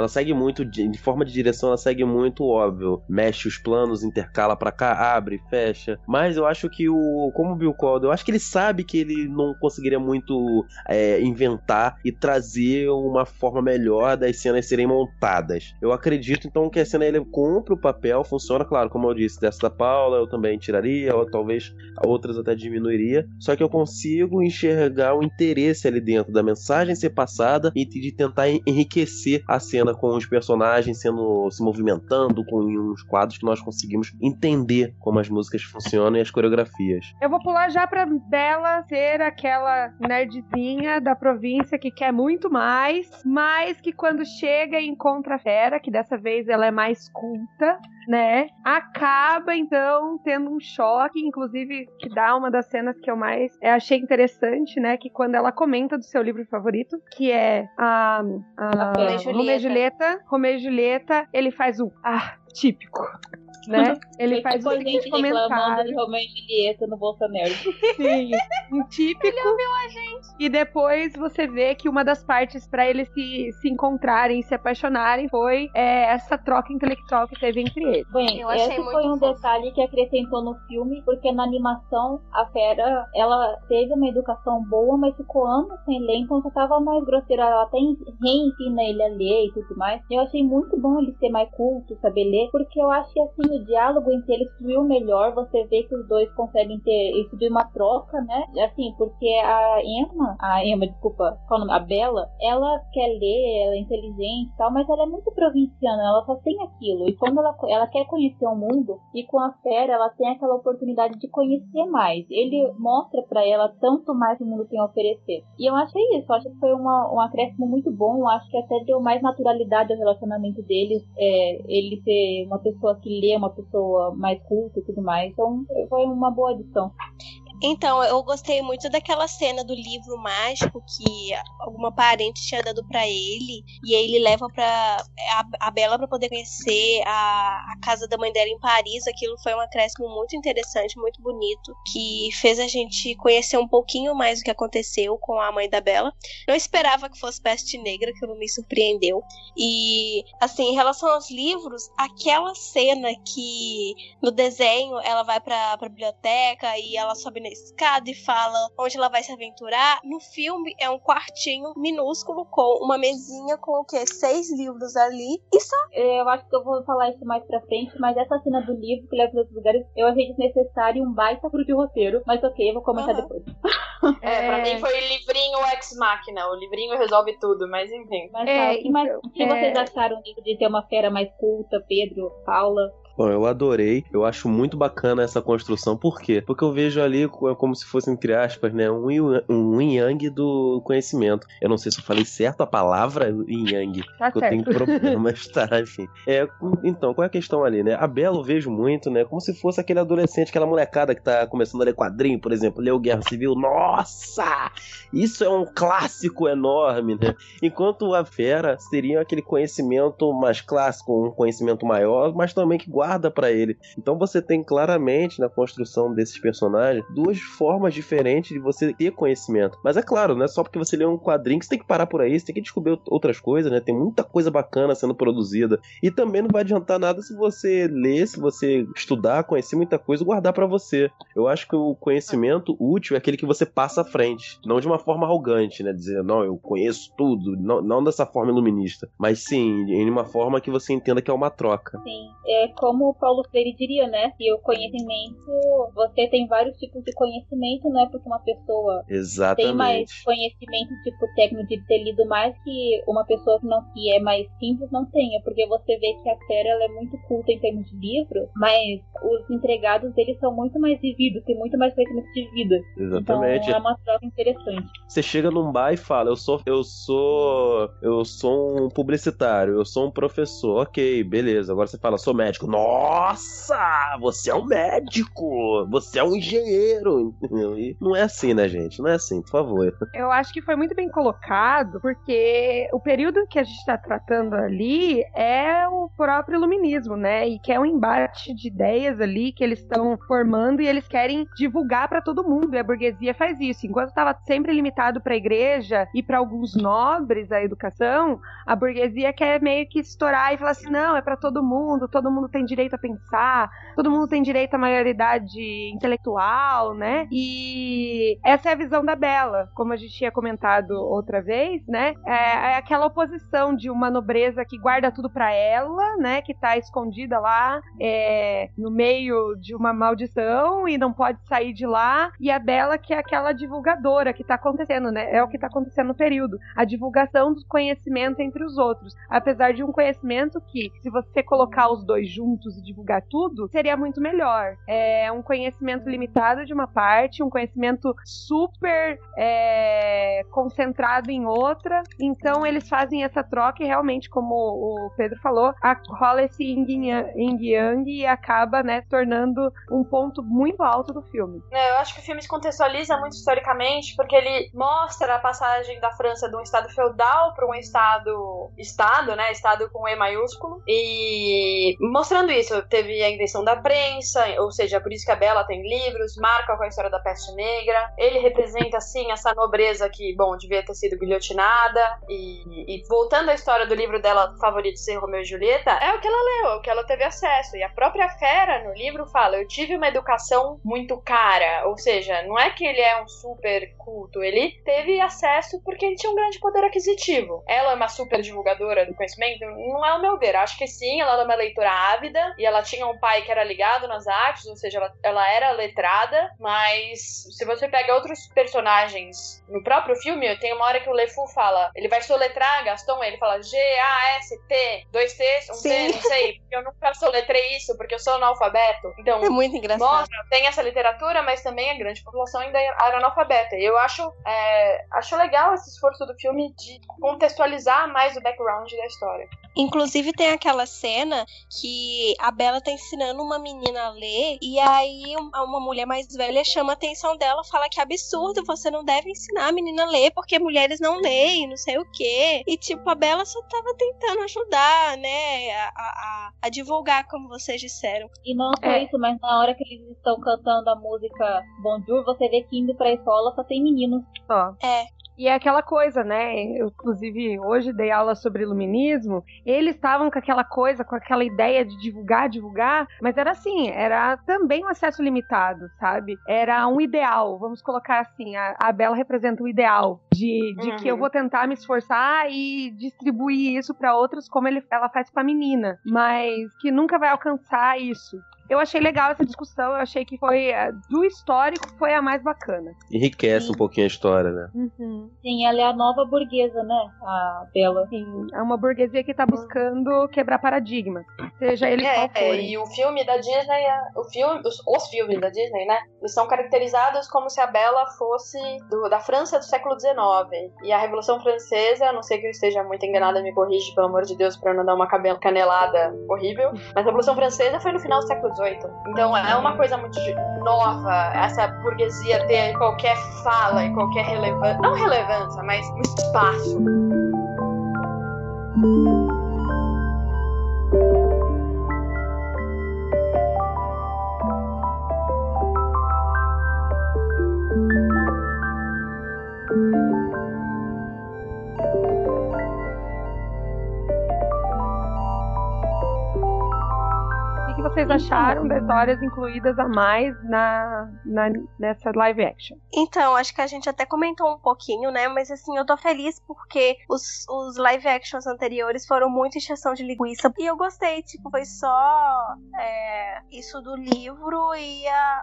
de forma de direção, ela segue muito óbvio. Mexe os planos, intercala pra cá, abre, fecha. Mas eu acho que como o Bill Caldwell, eu acho que ele sabe que ele não conseguiria muito inventar e trazer uma forma melhor das cenas serem montadas. Eu acredito então que a cena ele cumpre o papel, funciona, claro, como eu disse, dessa da Paula eu também tiraria, ou talvez outras até diminuiria, só que eu consigo enxergar o interesse ali dentro da mensagem ser passada e de tentar enriquecer a cena com os personagens se movimentando, com uns quadros que nós conseguimos entender como as músicas funcionam e as coreografias. Eu vou pular já pra Bella ser aquela nerdzinha da província que quer muito mais, mas que quando chega e encontra a fera, que dessa vez ela é mais culta, né? Acaba, então, tendo um choque, inclusive, que dá uma das cenas que eu mais achei interessante, né? Que quando ela comenta do seu livro favorito, que é a Romeu e Julieta, ele faz típico. né? Ele faz tipo um a gente reclamando comentário. de Romeo e Julieta no Bolsa Nerd. Sim, um típico. Ele ouviu a gente. E depois você vê que uma das partes pra eles se encontrarem, se apaixonarem, foi essa troca intelectual que teve entre eles. Bem, Eu achei esse muito foi um fofo. detalhe que acrescentou no filme, porque na animação a Fera, ela teve uma educação boa, mas ficou anos sem ler, então já tava mais grosseira. Ela até reensina ele a ler e tudo mais. Eu achei muito bom ele ser mais culto, saber ler, porque eu acho que assim, o diálogo entre eles fluiu melhor, você vê que os dois conseguem ter isso de uma troca, né? Assim, porque a Emma, desculpa, qual é o nome? A Bella, ela quer ler, ela é inteligente e tal, mas ela é muito provinciana, ela só tem aquilo. E quando ela quer conhecer o mundo, e com a Fera, ela tem aquela oportunidade de conhecer mais. Ele mostra pra ela tanto mais que o mundo tem a oferecer. E eu achei isso, eu acho que foi um acréscimo muito bom, eu acho que até deu mais naturalidade ao relacionamento deles, ele ser uma pessoa que lê, uma pessoa mais culta e tudo mais. Então, foi uma boa adição. Então, eu gostei muito daquela cena do livro mágico que alguma parente tinha dado pra ele, e aí ele leva a Bella pra poder conhecer a casa da mãe dela em Paris. Aquilo foi um acréscimo muito interessante, muito bonito, que fez a gente conhecer um pouquinho mais o que aconteceu com a mãe da Bella. Não esperava que fosse Peste Negra, aquilo me surpreendeu. E, assim, em relação aos livros, aquela cena que no desenho ela vai pra biblioteca e ela sobe na escada e fala onde ela vai se aventurar, no filme é um quartinho minúsculo com uma mesinha com o quê? 6 livros ali e só. Eu acho que eu vou falar isso mais pra frente, mas essa cena do livro que leva para outros lugares, eu achei desnecessário, um baita furo de roteiro, mas ok, eu vou comentar depois. Pra mim foi livrinho ex machina, o livrinho resolve tudo, mas enfim. Mas, o que vocês acharam disso de ter uma Fera mais culta, Pedro, Paula? Bom, eu adorei, eu acho muito bacana essa construção. Por quê? Porque eu vejo ali como se fosse, entre aspas, né, um yin yang do conhecimento. Eu não sei se eu falei certo a palavra yin yang, Tá que certo. eu tenho problemas, tá, enfim. Então, qual é a questão ali, né? A Bella eu vejo muito, né, como se fosse aquele adolescente, aquela molecada que tá começando a ler quadrinho, por exemplo, leu Guerra Civil. Nossa! Isso é um clássico enorme, né? Enquanto a Fera seria aquele conhecimento mais clássico, um conhecimento maior, mas também que guarda pra ele. Então você tem claramente na construção desses personagens duas formas diferentes de você ter conhecimento. Mas é claro, não é só porque você lê um quadrinho que você tem que parar por aí, você tem que descobrir outras coisas, né? Tem muita coisa bacana sendo produzida. E também não vai adiantar nada se você ler, se você estudar, conhecer muita coisa e guardar pra você. Eu acho que o conhecimento útil é aquele que você passa à frente, não de uma forma arrogante, né? Dizer, não, eu conheço tudo, não dessa forma iluminista, mas sim, em uma forma que você entenda que é uma troca. Sim, é como o Paulo Freire diria, né? Que o conhecimento, você tem vários tipos de conhecimento, não é porque uma pessoa tem mais conhecimento tipo técnico de ter lido mais que uma pessoa que é mais simples não tenha, porque você vê que a Fera ela é muito culta em termos de livro, mas os entregados deles são muito mais vividos, tem muito mais conhecimento de vida. Exatamente. Então é uma troca interessante. Você chega num bar e fala, eu sou um publicitário, eu sou um professor, ok, beleza. Agora você fala, sou médico. Nossa, você é um médico, você é um engenheiro. E não é assim, né, gente? Não é assim, por favor. Eu acho que foi muito bem colocado, porque o período que a gente está tratando ali é o próprio iluminismo, né? E que é um embate de ideias ali que eles estão formando e eles querem divulgar para todo mundo. E a burguesia faz isso. Enquanto estava sempre limitado para a igreja e para alguns nobres a educação, a burguesia quer meio que estourar e falar assim, não, é para todo mundo tem direito a pensar, todo mundo tem direito à maioridade intelectual, né? E essa é a visão da Bella, como a gente tinha comentado outra vez, né? É aquela oposição de uma nobreza que guarda tudo pra ela, né? Que tá escondida lá no meio de uma maldição e não pode sair de lá, e a Bella que é aquela divulgadora que tá acontecendo, né? É o que tá acontecendo no período, a divulgação do conhecimento entre os outros, apesar de um conhecimento que, se você colocar os dois juntos e divulgar tudo, seria muito melhor. É um conhecimento limitado de uma parte, um conhecimento super concentrado em outra, então eles fazem essa troca e realmente, como o Pedro falou, rola esse yin-yang e acaba, né, tornando um ponto muito alto do filme. Eu acho que o filme se contextualiza muito historicamente, porque ele mostra a passagem da França de um estado feudal para um estado, né, estado com E maiúsculo, e mostrando tudo isso. Teve a invenção da prensa, ou seja, por isso que a Bella tem livros, marca com a história da peste negra. Ele representa, assim, essa nobreza que, bom, devia ter sido guilhotinada. E voltando à história do livro dela favorito ser Romeu e Julieta, é o que ela leu, é o que ela teve acesso. E a própria Fera, no livro, fala: eu tive uma educação muito cara. Ou seja, não é que ele é um super culto, ele teve acesso porque ele tinha um grande poder aquisitivo. Ela é uma super divulgadora do conhecimento? Não é o meu ver. Acho que sim, ela era uma leitora ávida e ela tinha um pai que era ligado nas artes, ou seja, ela era letrada, mas se você pega outros personagens no próprio filme, tem uma hora que o LeFou fala, ele vai soletrar Gaston, ele fala G-A-S-T, 2 T's, 1 T, não sei, porque eu nunca soletrei isso, porque eu sou analfabeto. Então, é muito engraçado. Mostra, tem essa literatura, mas também a grande população ainda era analfabeta. E eu acho legal esse esforço do filme de contextualizar mais o background da história. Inclusive tem aquela cena que a Bella tá ensinando uma menina a ler e aí uma mulher mais velha chama a atenção dela, fala que é absurdo, você não deve ensinar a menina a ler porque mulheres não leem, não sei o quê. E tipo, a Bella só tava tentando ajudar, né, a divulgar, como vocês disseram. E não só isso, mas na hora que eles estão cantando a música Bonjour, você vê que indo pra escola só tem meninos. Ó. É. E é aquela coisa, né? Eu, inclusive, hoje dei aula sobre iluminismo. Eles estavam com aquela coisa, com aquela ideia de divulgar, mas era assim, era também um acesso limitado, sabe? Era um ideal, vamos colocar assim, a Bella representa o ideal de que eu vou tentar me esforçar e distribuir isso para outros como ela faz com a menina, mas que nunca vai alcançar isso. Eu achei legal essa discussão, eu achei que foi, do histórico, foi a mais bacana. Enriquece um pouquinho a história, né? Uhum. Sim, ela é a nova burguesa, né? A Bella. Sim, é uma burguesia que tá buscando quebrar paradigmas, seja ele qual for. E o filme da Disney, os filmes da Disney, né? Eles são caracterizados como se a Bella fosse da França do século XIX. E a Revolução Francesa, a não ser que eu esteja muito enganada, me corrige, pelo amor de Deus, pra eu não dar uma canelada horrível. Mas a Revolução Francesa foi no final do século XVIII. Então é uma coisa muito nova, essa burguesia ter qualquer fala e qualquer relevância, não relevância, mas um espaço. O que vocês acharam das histórias incluídas a mais nessa live action? Então, acho que a gente até comentou um pouquinho, né? Mas assim, eu tô feliz porque os live actions anteriores foram muito encheção de linguiça. E eu gostei, tipo, foi só isso do livro e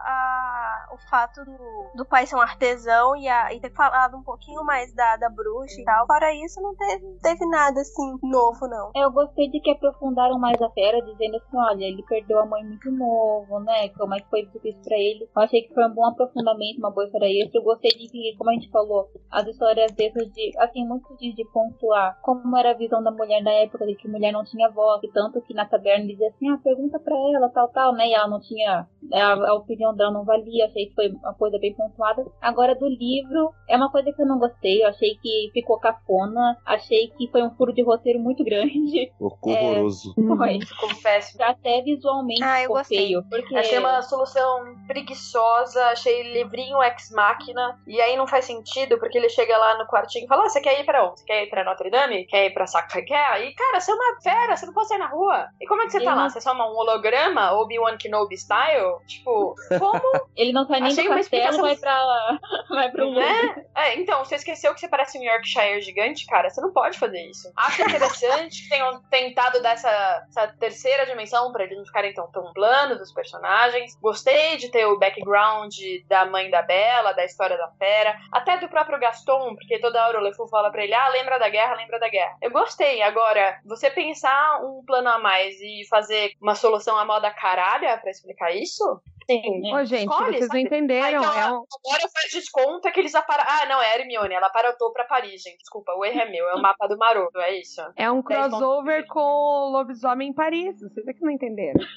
o fato do pai ser um artesão e ter falado um pouquinho mais da bruxa e tal. Fora isso, não teve nada assim novo, não. Eu gostei de que aprofundaram mais a Fera, dizendo assim, olha, ele perdeu a mãe muito novo, né? Como é que foi difícil pra ele. Eu achei que foi um bom aprofundamento, uma boa história extra. Eu gostei de que, como a gente falou, as histórias dessas assim, muito de pontuar como era a visão da mulher na época, de que mulher não tinha voz, e tanto que na taberna dizia assim, pergunta pra ela, tal, né? E ela não tinha, a opinião dela não valia. Achei que foi uma coisa bem pontuada. Agora, do livro, é uma coisa que eu não gostei. Eu achei que ficou cafona. Achei que foi um furo de roteiro muito grande. Horroroso. Foi. Ficou péssimo. Até visualmente ficou feio. Porque... Achei uma solução preguiçosa, achei livrinho ex-máquina, e aí não faz sentido, porque ele chega lá no quartinho e fala, você quer ir pra onde? Você quer ir pra Notre Dame? Quer ir pra Sacré-Cœur? E, cara, você é uma fera, você não pode sair na rua. E como é que você tá lá? Você é só um holograma? Obi-Wan Kenobi style? Tipo, como? Ele não sai nem do castelo, vai pro mundo. Então, você esqueceu que você parece um Yorkshire gigante, cara? Você não pode fazer isso. Acho interessante que tenham tentado dar essa terceira dimensão pra eles não ficarem tão planos, os personagens. Gostei de ter o background da mãe da Bella, da história da Fera, até do próprio Gaston, porque toda hora o LeFou fala pra ele, lembra da guerra. Eu gostei. Agora, você pensar um plano a mais e fazer uma solução à moda caralha pra explicar isso? Sim. Ô, gente, vocês não entenderam. Agora faz desconto que eles não, é a Hermione. Ela apartou pra Paris, gente. Desculpa, o erro é meu. É o mapa do Maroto, é isso. É um crossover com o Lobisomem em Paris. Vocês é que não entenderam.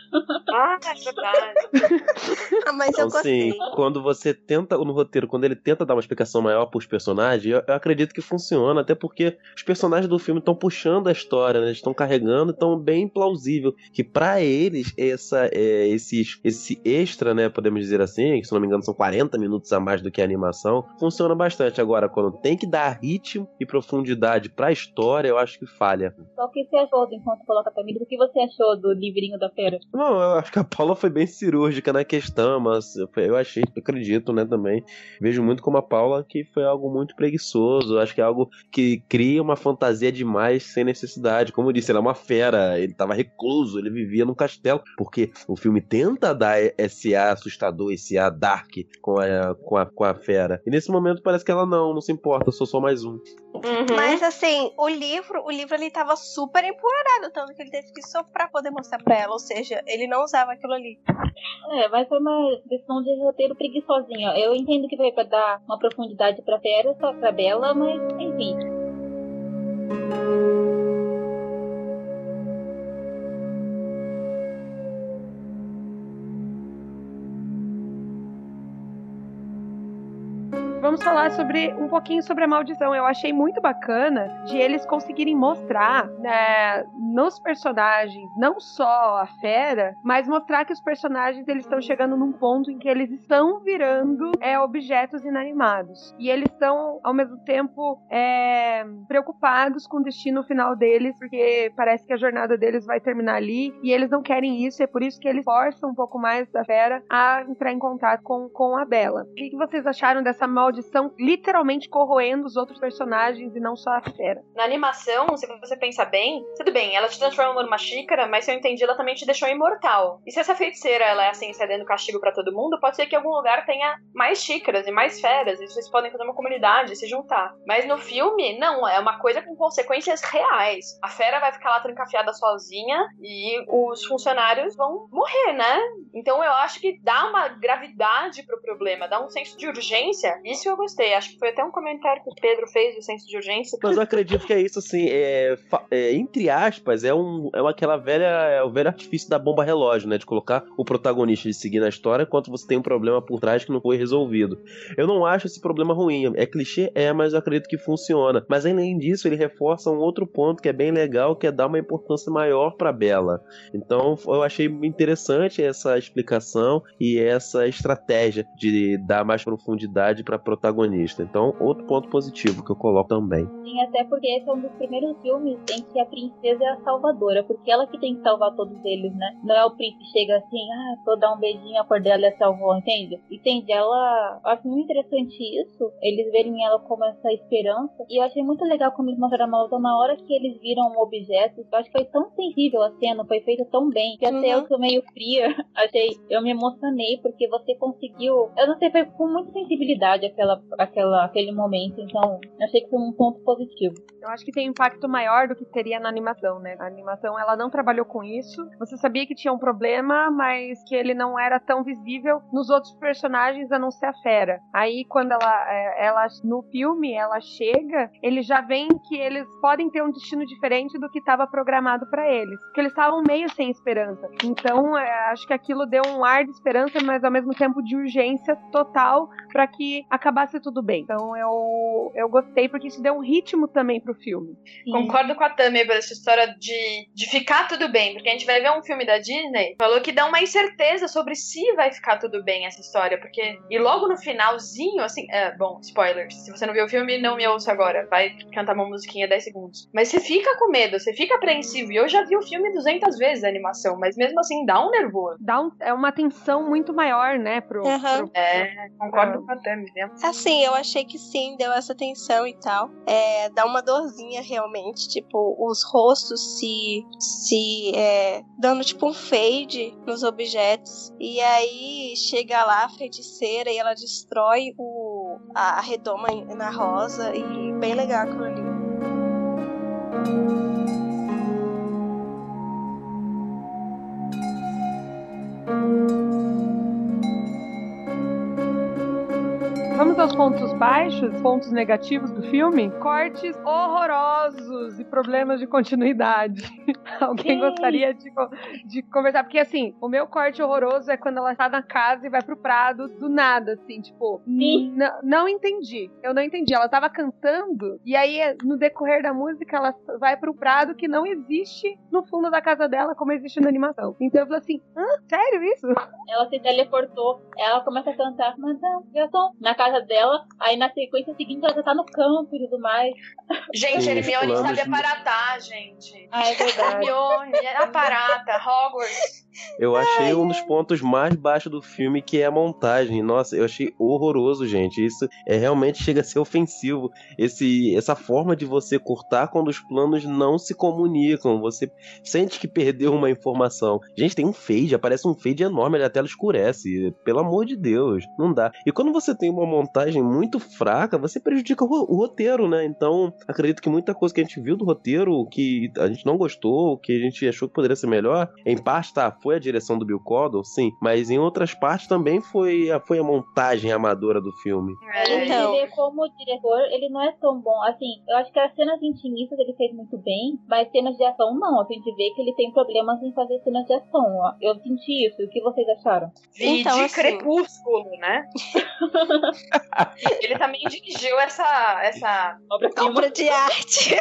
É verdade. Mas eu gostei. Quando você tenta, no roteiro, quando ele tenta dar uma explicação maior pros personagens, eu acredito que funciona, até porque os personagens do filme estão puxando a história, né? Eles estão carregando, então bem plausível que pra eles esse extra, né, podemos dizer assim, que se não me engano são 40 minutos a mais do que a animação, funciona bastante. Agora, quando tem que dar ritmo e profundidade pra história, eu acho que falha. Só o que você achou, enquanto coloca pra mim, do que você achou do livrinho da feira? Não, eu acho que a Paula foi bem cirúrgica na questão, mas eu acredito, né, também. Vejo muito como a Paula que foi algo muito preguiçoso. Acho que é algo que cria uma fantasia demais sem necessidade. Como eu disse, ele é uma fera, ele tava recluso, ele vivia num castelo. Porque o filme tenta dar esse ar assustador, esse ar dark com a fera. E nesse momento parece que ela não se importa, sou só mais um. Mas assim, o livro ele tava super empoeirado, tanto que ele teve que sofrer pra poder mostrar pra ela, ou seja, ele não usava aquilo ali. Mas foi uma decisão de roteiro preguiçosinha. Eu entendo que foi pra dar uma profundidade pra fera, só pra Bella, mas enfim. Vamos falar um pouquinho sobre a maldição. Eu achei muito bacana de eles conseguirem mostrar, né, nos personagens, não só a fera, mas mostrar que os personagens eles estão chegando num ponto em que eles estão virando objetos inanimados. E eles estão, ao mesmo tempo, preocupados com o destino final deles, porque parece que a jornada deles vai terminar ali, e eles não querem isso, é por isso que eles forçam um pouco mais da fera a entrar em contato com a Bella. O que vocês acharam dessa maldição literalmente corroendo os outros personagens e não só a fera? Na animação, se você pensar bem, tudo bem, ela te transforma numa xícara, mas se eu entendi, ela também te deixou imortal. E se essa feiticeira ela é assim, cedendo castigo pra todo mundo, pode ser que em algum lugar tenha mais xícaras e mais feras, e vocês podem fazer uma comunidade, se juntar. Mas no filme, não, é uma coisa com consequências reais. A fera vai ficar lá trancafiada sozinha e os funcionários vão morrer, né? Então eu acho que dá uma gravidade pro problema, dá um senso de urgência. Isso eu gostei, acho que foi até um comentário que o Pedro fez do senso de urgência. Mas eu acredito que é isso, assim, entre aspas, aquela velha, o velho artifício da bomba relógio, né, de colocar o protagonista de seguir na história enquanto você tem um problema por trás que não foi resolvido. Eu não acho esse problema ruim, é clichê, mas eu acredito que funciona. Mas além disso, ele reforça um outro ponto que é bem legal, que é dar uma importância maior pra Bella. Então, eu achei interessante essa explicação e essa estratégia de dar mais profundidade pra protagonista. Então, outro ponto positivo que eu coloco também. Sim, até porque esse é um dos primeiros filmes em que a princesa é a salvadora, porque ela que tem que salvar todos eles, né? Não é o príncipe que chega assim, vou dar um beijinho, a cor dela e a salvou, entende? Entende? Ela... Eu acho muito interessante isso, eles verem ela como essa esperança, e eu achei muito legal como eles mostraram a maldição na hora que eles viram objetos. Eu acho que foi tão sensível a cena, foi feita tão bem, que até eu sou meio fria, eu me emocionei, porque você conseguiu... Eu não sei, foi com muita sensibilidade aquele momento, então eu achei que foi um ponto positivo. Eu acho que tem impacto maior do que teria na animação, né? A animação, ela não trabalhou com isso. Você sabia que tinha um problema, mas que ele não era tão visível nos outros personagens, a não ser a fera. Aí, quando ela no filme, ela chega, ele já vem que eles podem ter um destino diferente do que estava programado pra eles. Porque eles estavam meio sem esperança. Então, acho que aquilo deu um ar de esperança, mas ao mesmo tempo de urgência total pra que acabasse tudo bem. Então, eu gostei, porque isso deu um ritmo também pro filme. Sim. Concordo com a Tami por essa história de ficar tudo bem, porque a gente vai ver um filme da Disney, falou que dá uma incerteza sobre se vai ficar tudo bem essa história, porque, e logo no finalzinho, assim, bom, spoilers, se você não viu o filme, não me ouça agora, vai cantar uma musiquinha 10 segundos, mas você fica com medo, você fica apreensivo, e eu já vi o filme 200 vezes, a animação, mas mesmo assim, dá um nervoso. É uma tensão muito maior, né, concordo com a Tami, né? Assim, eu achei que sim, deu essa tensão e tal. Dá uma dorzinha realmente, tipo, os rostos se dando tipo um fade nos objetos. E aí chega lá a feiticeira e ela destrói a redoma na rosa. E bem legal aquilo ali. Vamos aos pontos baixos, pontos negativos do filme. Cortes horrorosos e problemas de continuidade. Alguém gostaria de conversar? Porque, assim, o meu corte horroroso é quando ela tá na casa e vai pro prado do nada, assim, tipo... Não entendi. Eu não entendi. Ela tava cantando e aí, no decorrer da música, ela vai pro prado que não existe no fundo da casa dela como existe na animação. Então eu falei assim, sério isso? Ela se teleportou, ela começa a cantar na casa dela, aí na sequência seguinte ela já tá no campo e tudo mais. Gente, Sim, Hermione planos sabe de- aparatar, gente. Ah, é verdade. Hermione aparata, Hogwarts. Eu achei um dos pontos mais baixos do filme, que é a montagem. Nossa, eu achei horroroso, gente. Isso realmente chega a ser ofensivo. Essa forma de você cortar quando os planos não se comunicam. Você sente que perdeu uma informação. Gente, tem um fade, aparece um fade enorme, a tela escurece. Pelo amor de Deus, não dá. E quando você tem uma montagem muito fraca, você prejudica o roteiro, né? Então, acredito que muita coisa que a gente viu do roteiro, que a gente não gostou, que a gente achou que poderia ser melhor, em parte, foi a direção do Bill Condon, sim, mas em outras partes também foi a montagem amadora do filme. Então. Ele, como diretor, ele não é tão bom. Assim, eu acho que as cenas intimistas ele fez muito bem, mas cenas de ação não. A gente vê que ele tem problemas em fazer cenas de ação. Ó. Eu senti isso. O que vocês acharam? Então, de assim- Crepúsculo, né? Ele também dirigiu essa Obra de arte.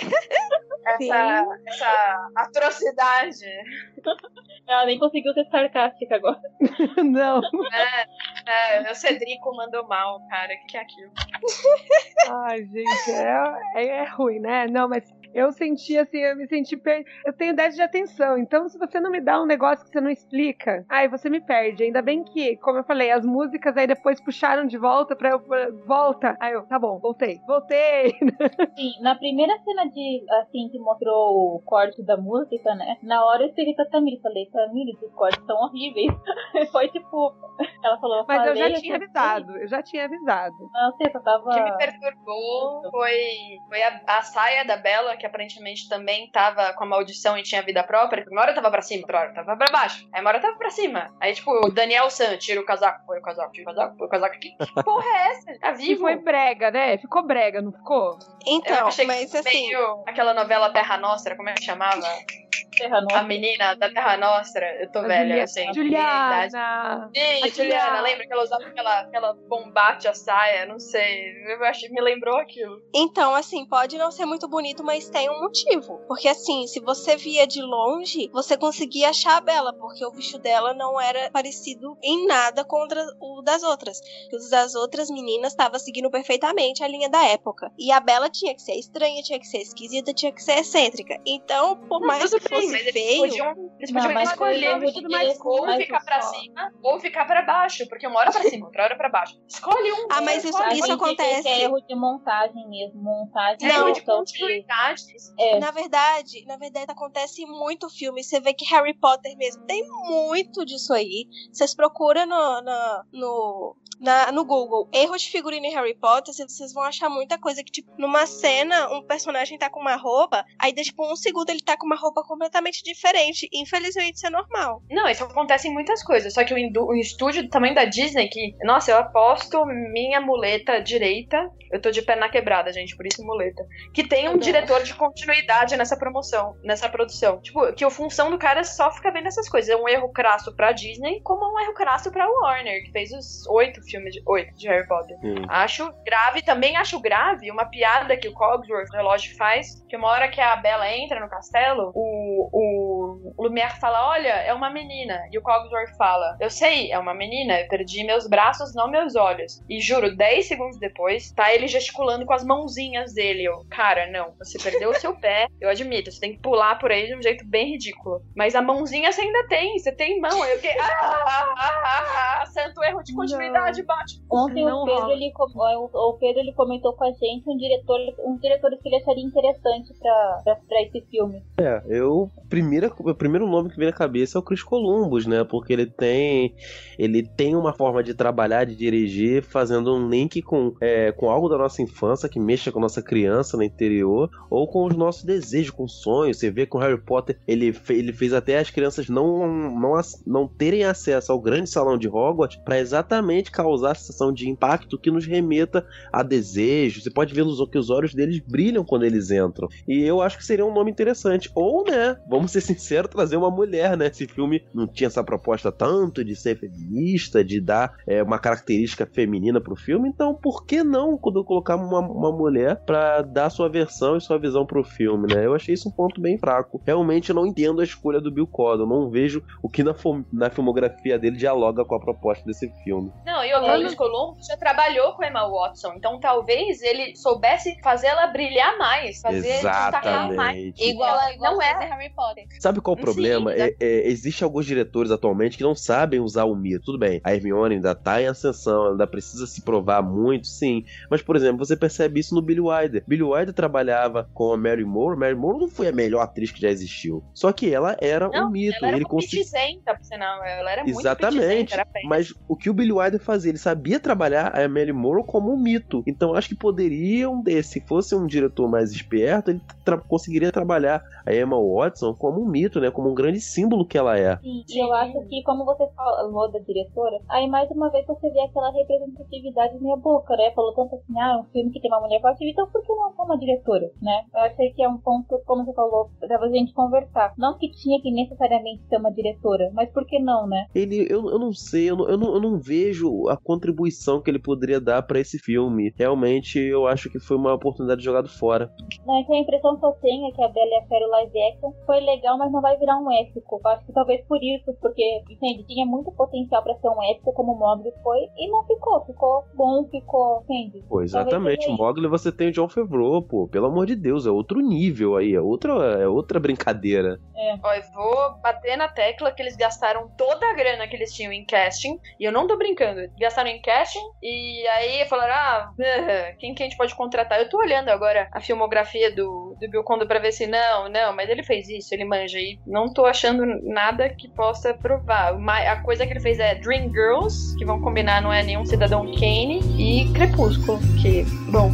essa atrocidade. Ela nem conseguiu ser sarcástica agora. Não. O Cedrico mandou mal, cara. O que é aquilo? Ai, gente, é ruim, né? Não, mas eu senti assim, eu me senti eu tenho déficit de atenção, então se você não me dá um negócio que você não explica, aí você me perde. Ainda bem que, como eu falei, as músicas aí depois puxaram de volta volta. Aí eu, tá bom, voltei. Sim, na primeira cena assim, que mostrou o corte da música, né? Na hora eu escrevi pra Tamiri, falei, Tamiri, esses cortes são horríveis. Foi tipo, ela falou, Mas eu falei, já tinha avisado. Não sei, eu tava... O que me perturbou foi a saia da Bella, que aparentemente também tava com a maldição e tinha vida própria. Uma hora tava pra cima, outra hora tava pra baixo. Aí uma hora tava pra cima. Aí, tipo, o Daniel San tira o casaco, põe o casaco, tira o casaco, põe o casaco aqui. Que porra é essa? Tá E vivo? foi brega, né? Ficou brega, não ficou? Eu Então, achei mas que assim, meio aquela novela Terra Nostra, como é que chamava? Terra A Nostra. menina da Terra Nostra. Eu tô velha, eu sei. Juliana! Sim, Juliana, lembra que ela usava aquela bombate a saia? Não sei, me lembrou aquilo. Então, assim, pode não ser muito bonito, mas tem um motivo. Porque, assim, se você via de longe, você conseguia achar a Bella, porque o vestido dela não era parecido em nada contra o das outras. Os das outras meninas estavam seguindo perfeitamente a linha da época. E a Bella tinha que ser estranha, tinha que ser esquisita, tinha que ser excêntrica. Então, por mais que fosse mas feio... eles podiam mas escolher o vestido mais ou curto, ficar pra só. cima ou ficar pra baixo, porque uma hora pra cima, outra hora pra baixo. Escolhe um. Ah, mas A isso gente acontece... vê que é erro de montagem mesmo. Montagem Não, de continuidade. Na verdade, acontece em muito filme. Você vê que Harry Potter mesmo tem muito disso aí. Vocês procuram no Google erro de figurino em Harry Potter, vocês vão achar muita coisa que, tipo, numa cena, um personagem tá com uma roupa, aí, tipo, um segundo ele tá com uma roupa completamente diferente. Infelizmente, isso é normal. Não, isso acontece em muitas coisas. Só que o estúdio do tamanho da Disney, que, nossa, eu aposto minha muleta direita. Eu tô de perna quebrada, gente, por isso muleta. Que tem um diretor de continuidade nessa produção. Tipo, que a função do cara é só ficar vendo essas coisas. É um erro crasso pra Disney, como um erro crasso pra Warner, que fez os 8 filmes de Harry Potter. Também acho grave uma piada que o Cogsworth, o relógio, faz, que uma hora que a Bella entra no castelo, o Lumière fala, olha, é uma menina. E o Cogsworth fala, eu sei, é uma menina, eu perdi meus braços, não meus olhos. E juro, 10 segundos depois, tá ele gesticulando com as mãozinhas dele. Eu, cara, não, você perdeu o seu pé, eu admito, você tem que pular por aí de um jeito bem ridículo. Mas a mãozinha você ainda tem, você tem mão. Eu fiquei, santo erro de continuidade, bate. Ontem o Pedro ele comentou com a gente uns diretores que ele acharia interessante pra esse filme. A primeira primeiro nome que vem na cabeça é o Chris Columbus, né? Porque ele tem uma forma de trabalhar, de dirigir, fazendo um link com algo da nossa infância, que mexa com a nossa criança no interior, ou com os nossos desejos, com sonhos. Você vê que o Harry Potter, ele fez até as crianças não terem acesso ao grande salão de Hogwarts, para exatamente causar a sensação de impacto que nos remeta a desejos. Você pode ver que os olhos deles brilham quando eles entram. E eu acho que seria um nome interessante. Ou, né, vamos ser sinceros, trazer uma mulher, né? Esse filme não tinha essa proposta tanto de ser feminista, de dar uma característica feminina pro filme, então por que não quando colocar uma mulher pra dar sua versão e sua visão pro filme, né? Eu achei isso um ponto bem fraco. Realmente eu não entendo a escolha do Bill Condon, não vejo o que na filmografia dele dialoga com a proposta desse filme. Não, e o Chris Columbus já trabalhou com a Emma Watson, então talvez ele soubesse fazer ela brilhar mais, fazer destacar mais. Igual não é Harry Potter. Sabe qual o problema? Existem alguns diretores atualmente que não sabem usar o mito. Tudo bem, a Hermione ainda tá em ascensão, ela ainda precisa se provar muito, sim. Mas, por exemplo, você percebe isso no Billy Wilder. Billy Wilder trabalhava com a Mary Moore. Mary Moore não foi a melhor atriz que já existiu. Só que ela era um mito. Ela era muito pitizenta, por sinal. Ela era muito exatamente. Mas o que o Billy Wilder fazia? Ele sabia trabalhar a Mary Moore como um mito. Então, acho que poderiam, se fosse um diretor mais esperto, ele conseguiria trabalhar a Emma Watson como um mito, né? Como um grande símbolo que ela é. Sim, e eu acho que, como você falou da diretora, aí mais uma vez você vê aquela representatividade meia boca, né? Falou tanto assim, um filme que tem uma mulher forte, então por que não uma diretora, né? Eu achei que é um ponto, como você falou, pra gente conversar. Não que tinha que necessariamente ser uma diretora, mas por que não, né? Eu não sei, eu não vejo a contribuição que ele poderia dar pra esse filme. Realmente, eu acho que foi uma oportunidade jogada fora. Não, então a impressão que eu tenho é que a Bela e a Fera live action foi legal, mas não vai virar um épico. Eu acho que talvez por isso, porque, entende, tinha muito potencial pra ser um épico como o Mowgli foi, e não ficou. Ficou bom, entende? Pô, exatamente. O Mowgli você tem o Jon Favreau, pô. Pelo amor de Deus, é outro nível aí, é outra brincadeira. Ó, eu vou bater na tecla que eles gastaram toda a grana que eles tinham em casting, e eu não tô brincando, gastaram em casting, e aí falaram, quem que a gente pode contratar? Eu tô olhando agora a filmografia do Bill Condon pra ver se não, mas ele fez isso, ele manja, e não tô achando nada que possa provar. A coisa que ele fez é Dreamgirls, que vão combinar, não é nenhum Cidadão Kane, e Crepúsculo, que, bom...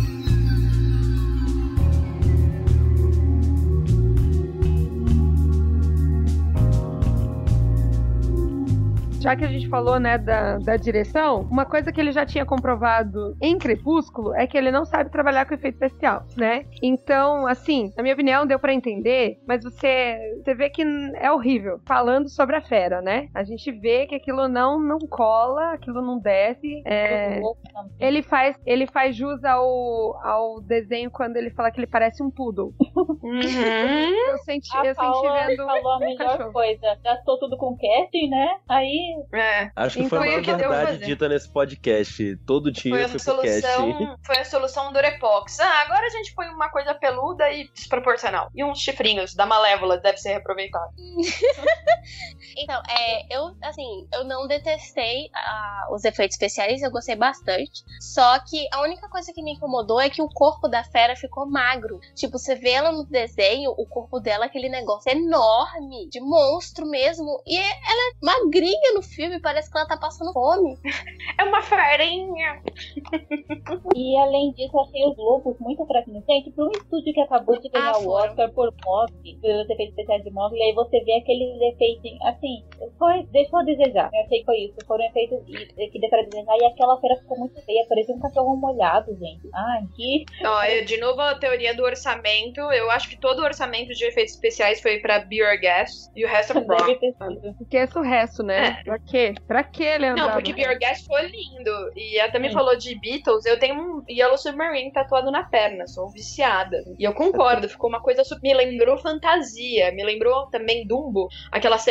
Já que a gente falou, né, da direção, uma coisa que ele já tinha comprovado em Crepúsculo é que ele não sabe trabalhar com efeito especial, né? Então, assim, na minha opinião, deu pra entender, mas você vê que é horrível. Falando sobre a fera, né? A gente vê que aquilo não cola, aquilo não desce. Ele faz jus ao desenho quando ele fala que ele parece um poodle. Eu senti vendo... falou a melhor coisa. Gastou tudo com casting, né? Aí... Acho que foi a maior verdade dita nesse podcast. Todo dia foi pro casting. Foi a solução do Durepox. Agora a gente põe uma coisa peluda e desproporcional. E uns chifrinhos da Malévola deve ser reaproveitado. Então, eu não detestei os efeitos especiais, eu gostei bastante. Só que a única coisa que me incomodou é que o corpo da fera ficou magro. Tipo, você vê ela no desenho, o corpo dela, aquele negócio enorme, de monstro mesmo. E ela é magrinha no filme, parece que ela tá passando fome. É uma farinha. E além disso, eu achei os lobos muito fraquinhos. Gente, pra um estúdio que acabou de ganhar o Oscar por Mowgli, pelos efeitos especiais de Mowgli, aí você vê aqueles efeitos, assim, deixou a desejar. Eu achei que foi isso. Foram efeitos que deixaram a desejar. E aquela feira ficou muito feia, parecia um cachorro molhado, gente. De novo, a teoria do orçamento. Eu acho que todo o orçamento de efeitos especiais foi pra Be Our Guest e o resto é prop. Esqueça o resto, né? Pra quê, Leandro? Não, porque Be Our Guest foi lindo. E ela também falou de Beatles. Eu tenho um Yellow Submarine tatuado na perna. Sou viciada. E eu concordo. Ficou uma coisa... Me lembrou fantasia. Me lembrou também Dumbo. Aquela cena que ele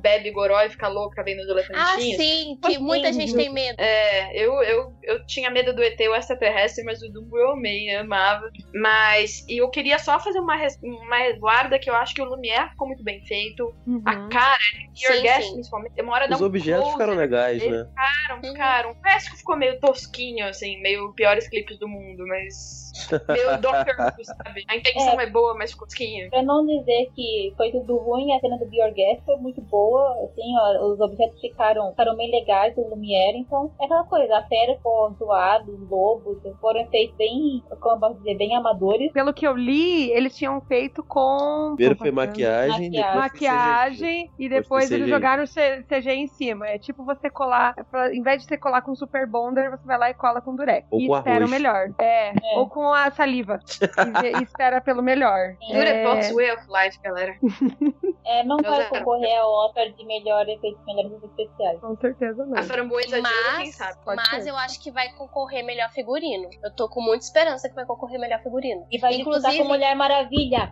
bebe goró e fica louca vendo os elefantinhos. Ah, sim, que muita gente tem medo. Eu tinha medo do ET, o extraterrestre, mas o Dumbo eu amei, eu amava. Mas eu queria só fazer uma resguarda que eu acho que o Lumière ficou muito bem feito. A cara, Your Guest, principalmente, demora a dar Os um objetos close, ficaram legais, né? Ficaram. O resto ficou meio tosquinho, assim, meio piores clipes do mundo, mas... meio Doctor Who, sabe? A intenção é boa, mas ficou tosquinho. Pra não dizer que foi tudo ruim, a cena do Be Your Guest foi muito boa, assim, ó, os objetos ficaram bem legais do Lumière, então é aquela coisa, a fera ficou zoada, os lobos foram feitos bem, como eu posso dizer, bem amadores. Pelo que eu li, eles tinham feito com... Primeiro foi maquiagem, e depois eles jogaram CG em cima. É tipo você colar, em vez de você colar com Super Bonder, você vai lá e cola com Durex. Ou e com espera arroz. o melhor. Ou com a saliva. e espera pelo melhor. Durepox Way of Life, galera. Não vai concorrer ao Oscar de melhor efeitos melhores especiais. Com certeza não. A framboesa de ouro, quem sabe? Mas eu acho que vai concorrer melhor figurino. Eu tô com muita esperança que vai concorrer melhor figurino. E vai disputar com Mulher Maravilha.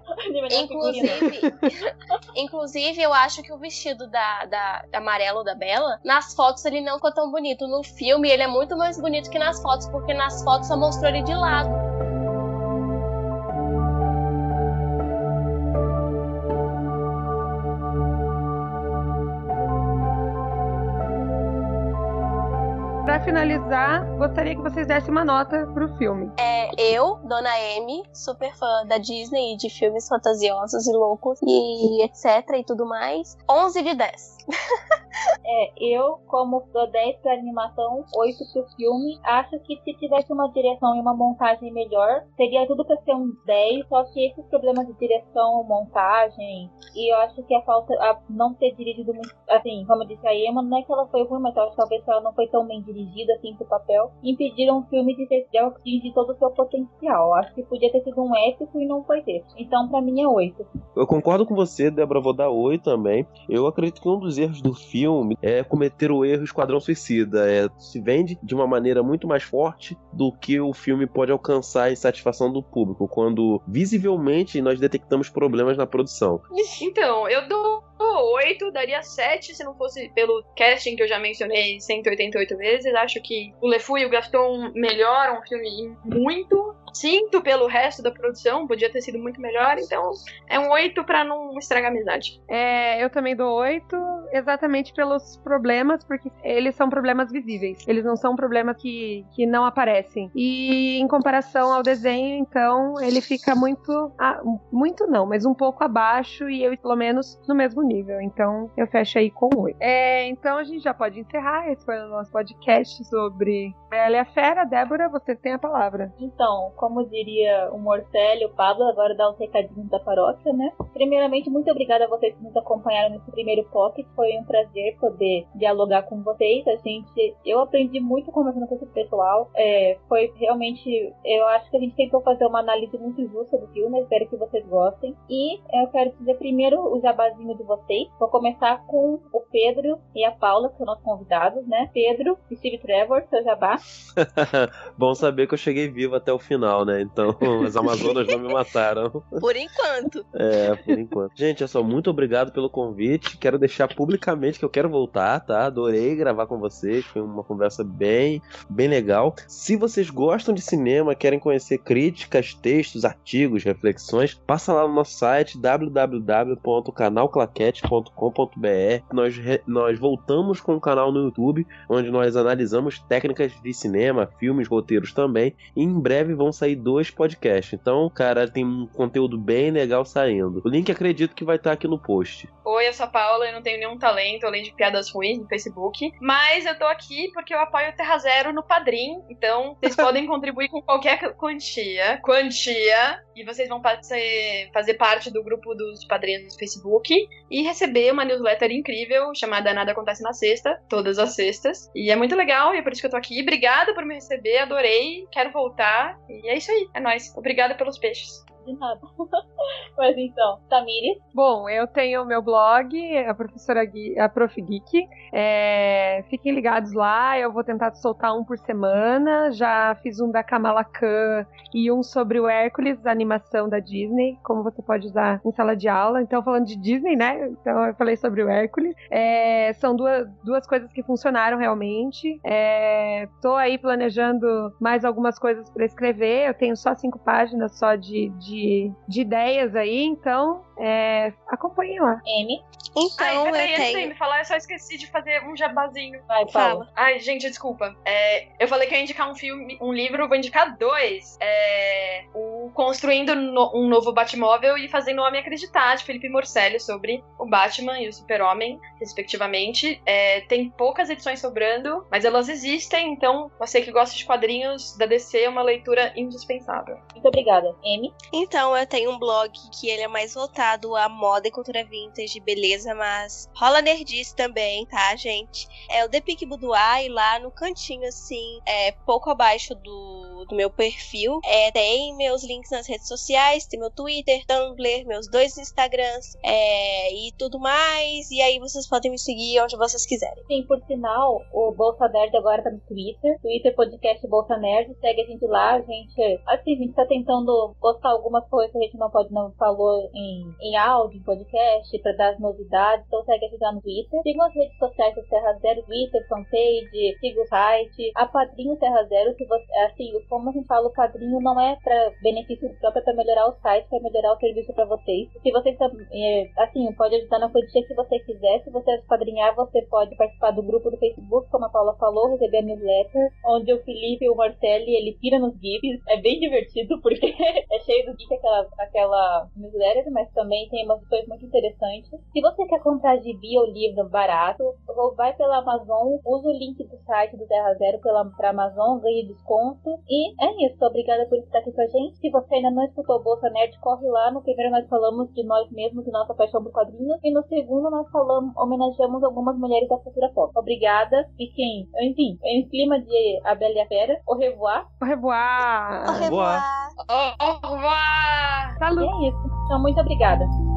Inclusive, eu acho que o vestido da amarelo da Bella, nas fotos ele não ficou tão bonito. No filme ele é muito mais bonito que nas fotos, porque nas fotos só mostrou ele de lado. Pra finalizar, gostaria que vocês dessem uma nota pro filme. Eu, Dona Amy, super fã da Disney e de filmes fantasiosos e loucos e etc e tudo mais, 11 de 10. Eu, como dou 10 pra animação, 8 pro filme. Acho que se tivesse uma direção e uma montagem melhor, seria tudo pra ser um 10, só que esses problemas de direção, montagem, e eu acho que a não ter dirigido muito, assim, como eu disse a Emma, não é que ela foi ruim, mas eu acho que talvez ela não foi tão bem dirigida assim pro papel, impediram o filme de atingir todo o seu potencial. Acho que podia ter sido um épico e não foi ter. Então, pra mim é 8. Eu concordo com você, Débora, vou dar 8 também. Eu acredito que um dos erros do filme é cometer o erro Esquadrão Suicida. Se vende de uma maneira muito mais forte do que o filme pode alcançar em satisfação do público, quando visivelmente nós detectamos problemas na produção. Então, eu dou 8, daria 7 se não fosse pelo casting que eu já mencionei 188 vezes. Acho que o Le Fou e o Gaston melhoram o filme muito. Sinto pelo resto da produção, podia ter sido muito melhor, então é um 8 pra não estragar a amizade. Eu também dou 8, exatamente pelos problemas, porque eles são problemas visíveis. Eles não são problemas que não aparecem. E em comparação ao desenho, então, ele fica muito não, mas um pouco abaixo e eu, pelo menos, no mesmo nível. Então, eu fecho aí com 8. Então, a gente já pode encerrar. Esse foi o nosso podcast sobre Bela e a Fera. Débora, você tem a palavra. Então, como diria o Morcélio, o Pablo, agora dá os recadinhos da paróquia, né? Primeiramente, muito obrigada a vocês que nos acompanharam nesse primeiro pocket. Foi um prazer poder dialogar com vocês. Eu aprendi muito conversando com esse pessoal. Foi realmente, eu acho que a gente tentou fazer uma análise muito justa do filme. Espero que vocês gostem. E eu quero dizer primeiro o jabazinho de vocês. Vou começar com o Pedro e a Paula, que são nossos convidados, né? Pedro e Steve Trevor, seu jabá. Bom saber que eu cheguei vivo até o final, né? Então as Amazonas não me mataram. Por enquanto. Por enquanto. Gente, muito obrigado pelo convite. Quero deixar publicamente que eu quero voltar, tá? Adorei gravar com vocês. Foi uma conversa bem legal. Se vocês gostam de cinema, querem conhecer críticas, textos, artigos, reflexões, passa lá no nosso site www.canalclaquete.com.br. Nós voltamos com um canal no YouTube, onde nós analisamos técnicas de cinema, filmes, roteiros também. E em breve vão sair 2 podcasts. Então, cara, tem um conteúdo bem legal saindo. O link acredito que vai estar aqui no post. Oi, eu sou a Paula, eu não tenho nenhum talento além de piadas ruins no Facebook, mas eu tô aqui porque eu apoio o Terra Zero no Padrim, então vocês podem contribuir com qualquer quantia, e vocês vão fazer parte do grupo dos padrinhos do Facebook e receber uma newsletter incrível chamada Nada Acontece na Sexta, todas as sextas, e é muito legal e é por isso que eu tô aqui. Obrigada por me receber, adorei, quero voltar, e é isso aí, é nóis. Obrigada pelos peixes. De nada. Mas então, Tamires? Bom, eu tenho o meu blog, a Prof. Geek. Fiquem ligados lá, eu vou tentar soltar um por semana. Já fiz um da Kamala Khan e um sobre o Hércules, a animação da Disney, como você pode usar em sala de aula. Então, falando de Disney, né? Então, eu falei sobre o Hércules. São duas coisas que funcionaram realmente. Tô aí planejando mais algumas coisas para escrever. Eu tenho só 5 páginas só de ideias aí, então acompanhem lá. M. Então, peraí, eu antes de tenho... me falar, eu só esqueci de fazer um jabazinho. Vai, Paula. Ai, gente, desculpa. Eu falei que eu ia indicar um livro, vou indicar 2. O Construindo um Novo Batmóvel e Fazendo o Homem Acreditar, de Felipe Morcelli, sobre o Batman e o Super-Homem, respectivamente. Tem poucas edições sobrando, mas elas existem, então você que gosta de quadrinhos da DC é uma leitura indispensável. Muito obrigada. M. Então, eu tenho um blog que ele é mais voltado à moda e cultura vintage, beleza, mas rola nerdice também, tá, gente? É o The Peak Boudoir, e lá no cantinho, assim, pouco abaixo do meu perfil, tem meus links nas redes sociais, tem meu Twitter, Tumblr, meus 2 Instagrams, e tudo mais, e aí vocês podem me seguir onde vocês quiserem. Sim, por sinal, o Bolsa Nerd agora tá no Twitter Podcast Bolsa Nerd, segue a gente lá, a gente tá tentando postar algumas coisas que a gente não falou em áudio, em podcast, pra dar as novidades, então segue a gente lá no Twitter. Sigam as redes sociais do Terra Zero, Twitter, fanpage, siga o site, a Padrinho Terra Zero, se você, assim, como a gente fala, o Padrinho não é pra benefício próprio, é pra melhorar o site, pra melhorar o serviço pra vocês. Se você pode ajudar na quantia que você quiser, se você padrinhar, você pode participar do grupo do Facebook, como a Paula falou, receber a newsletter, onde o Felipe e o Marcelli, ele pira nos GIFs, é bem divertido, porque é cheio do GIF aquela newsletter, mas também tem umas coisas muito interessantes. Se você quer comprar gibi ou livro barato, vai pela Amazon, usa o link do site do Terra Zero pra Amazon, ganhe desconto. E é isso, obrigada por estar aqui com a gente. Se você ainda não escutou o Bolsa Nerd, corre lá. No primeiro nós falamos de nós mesmos, de nossa paixão por quadrinhos, e no segundo nós homenageamos algumas mulheres da cultura pop. Obrigada, fiquem, enfim, em clima de A Bela e a Fera. Au revoir. Au revoir. Au revoir. Au revoir! Salut. E é isso. Então, muito obrigada.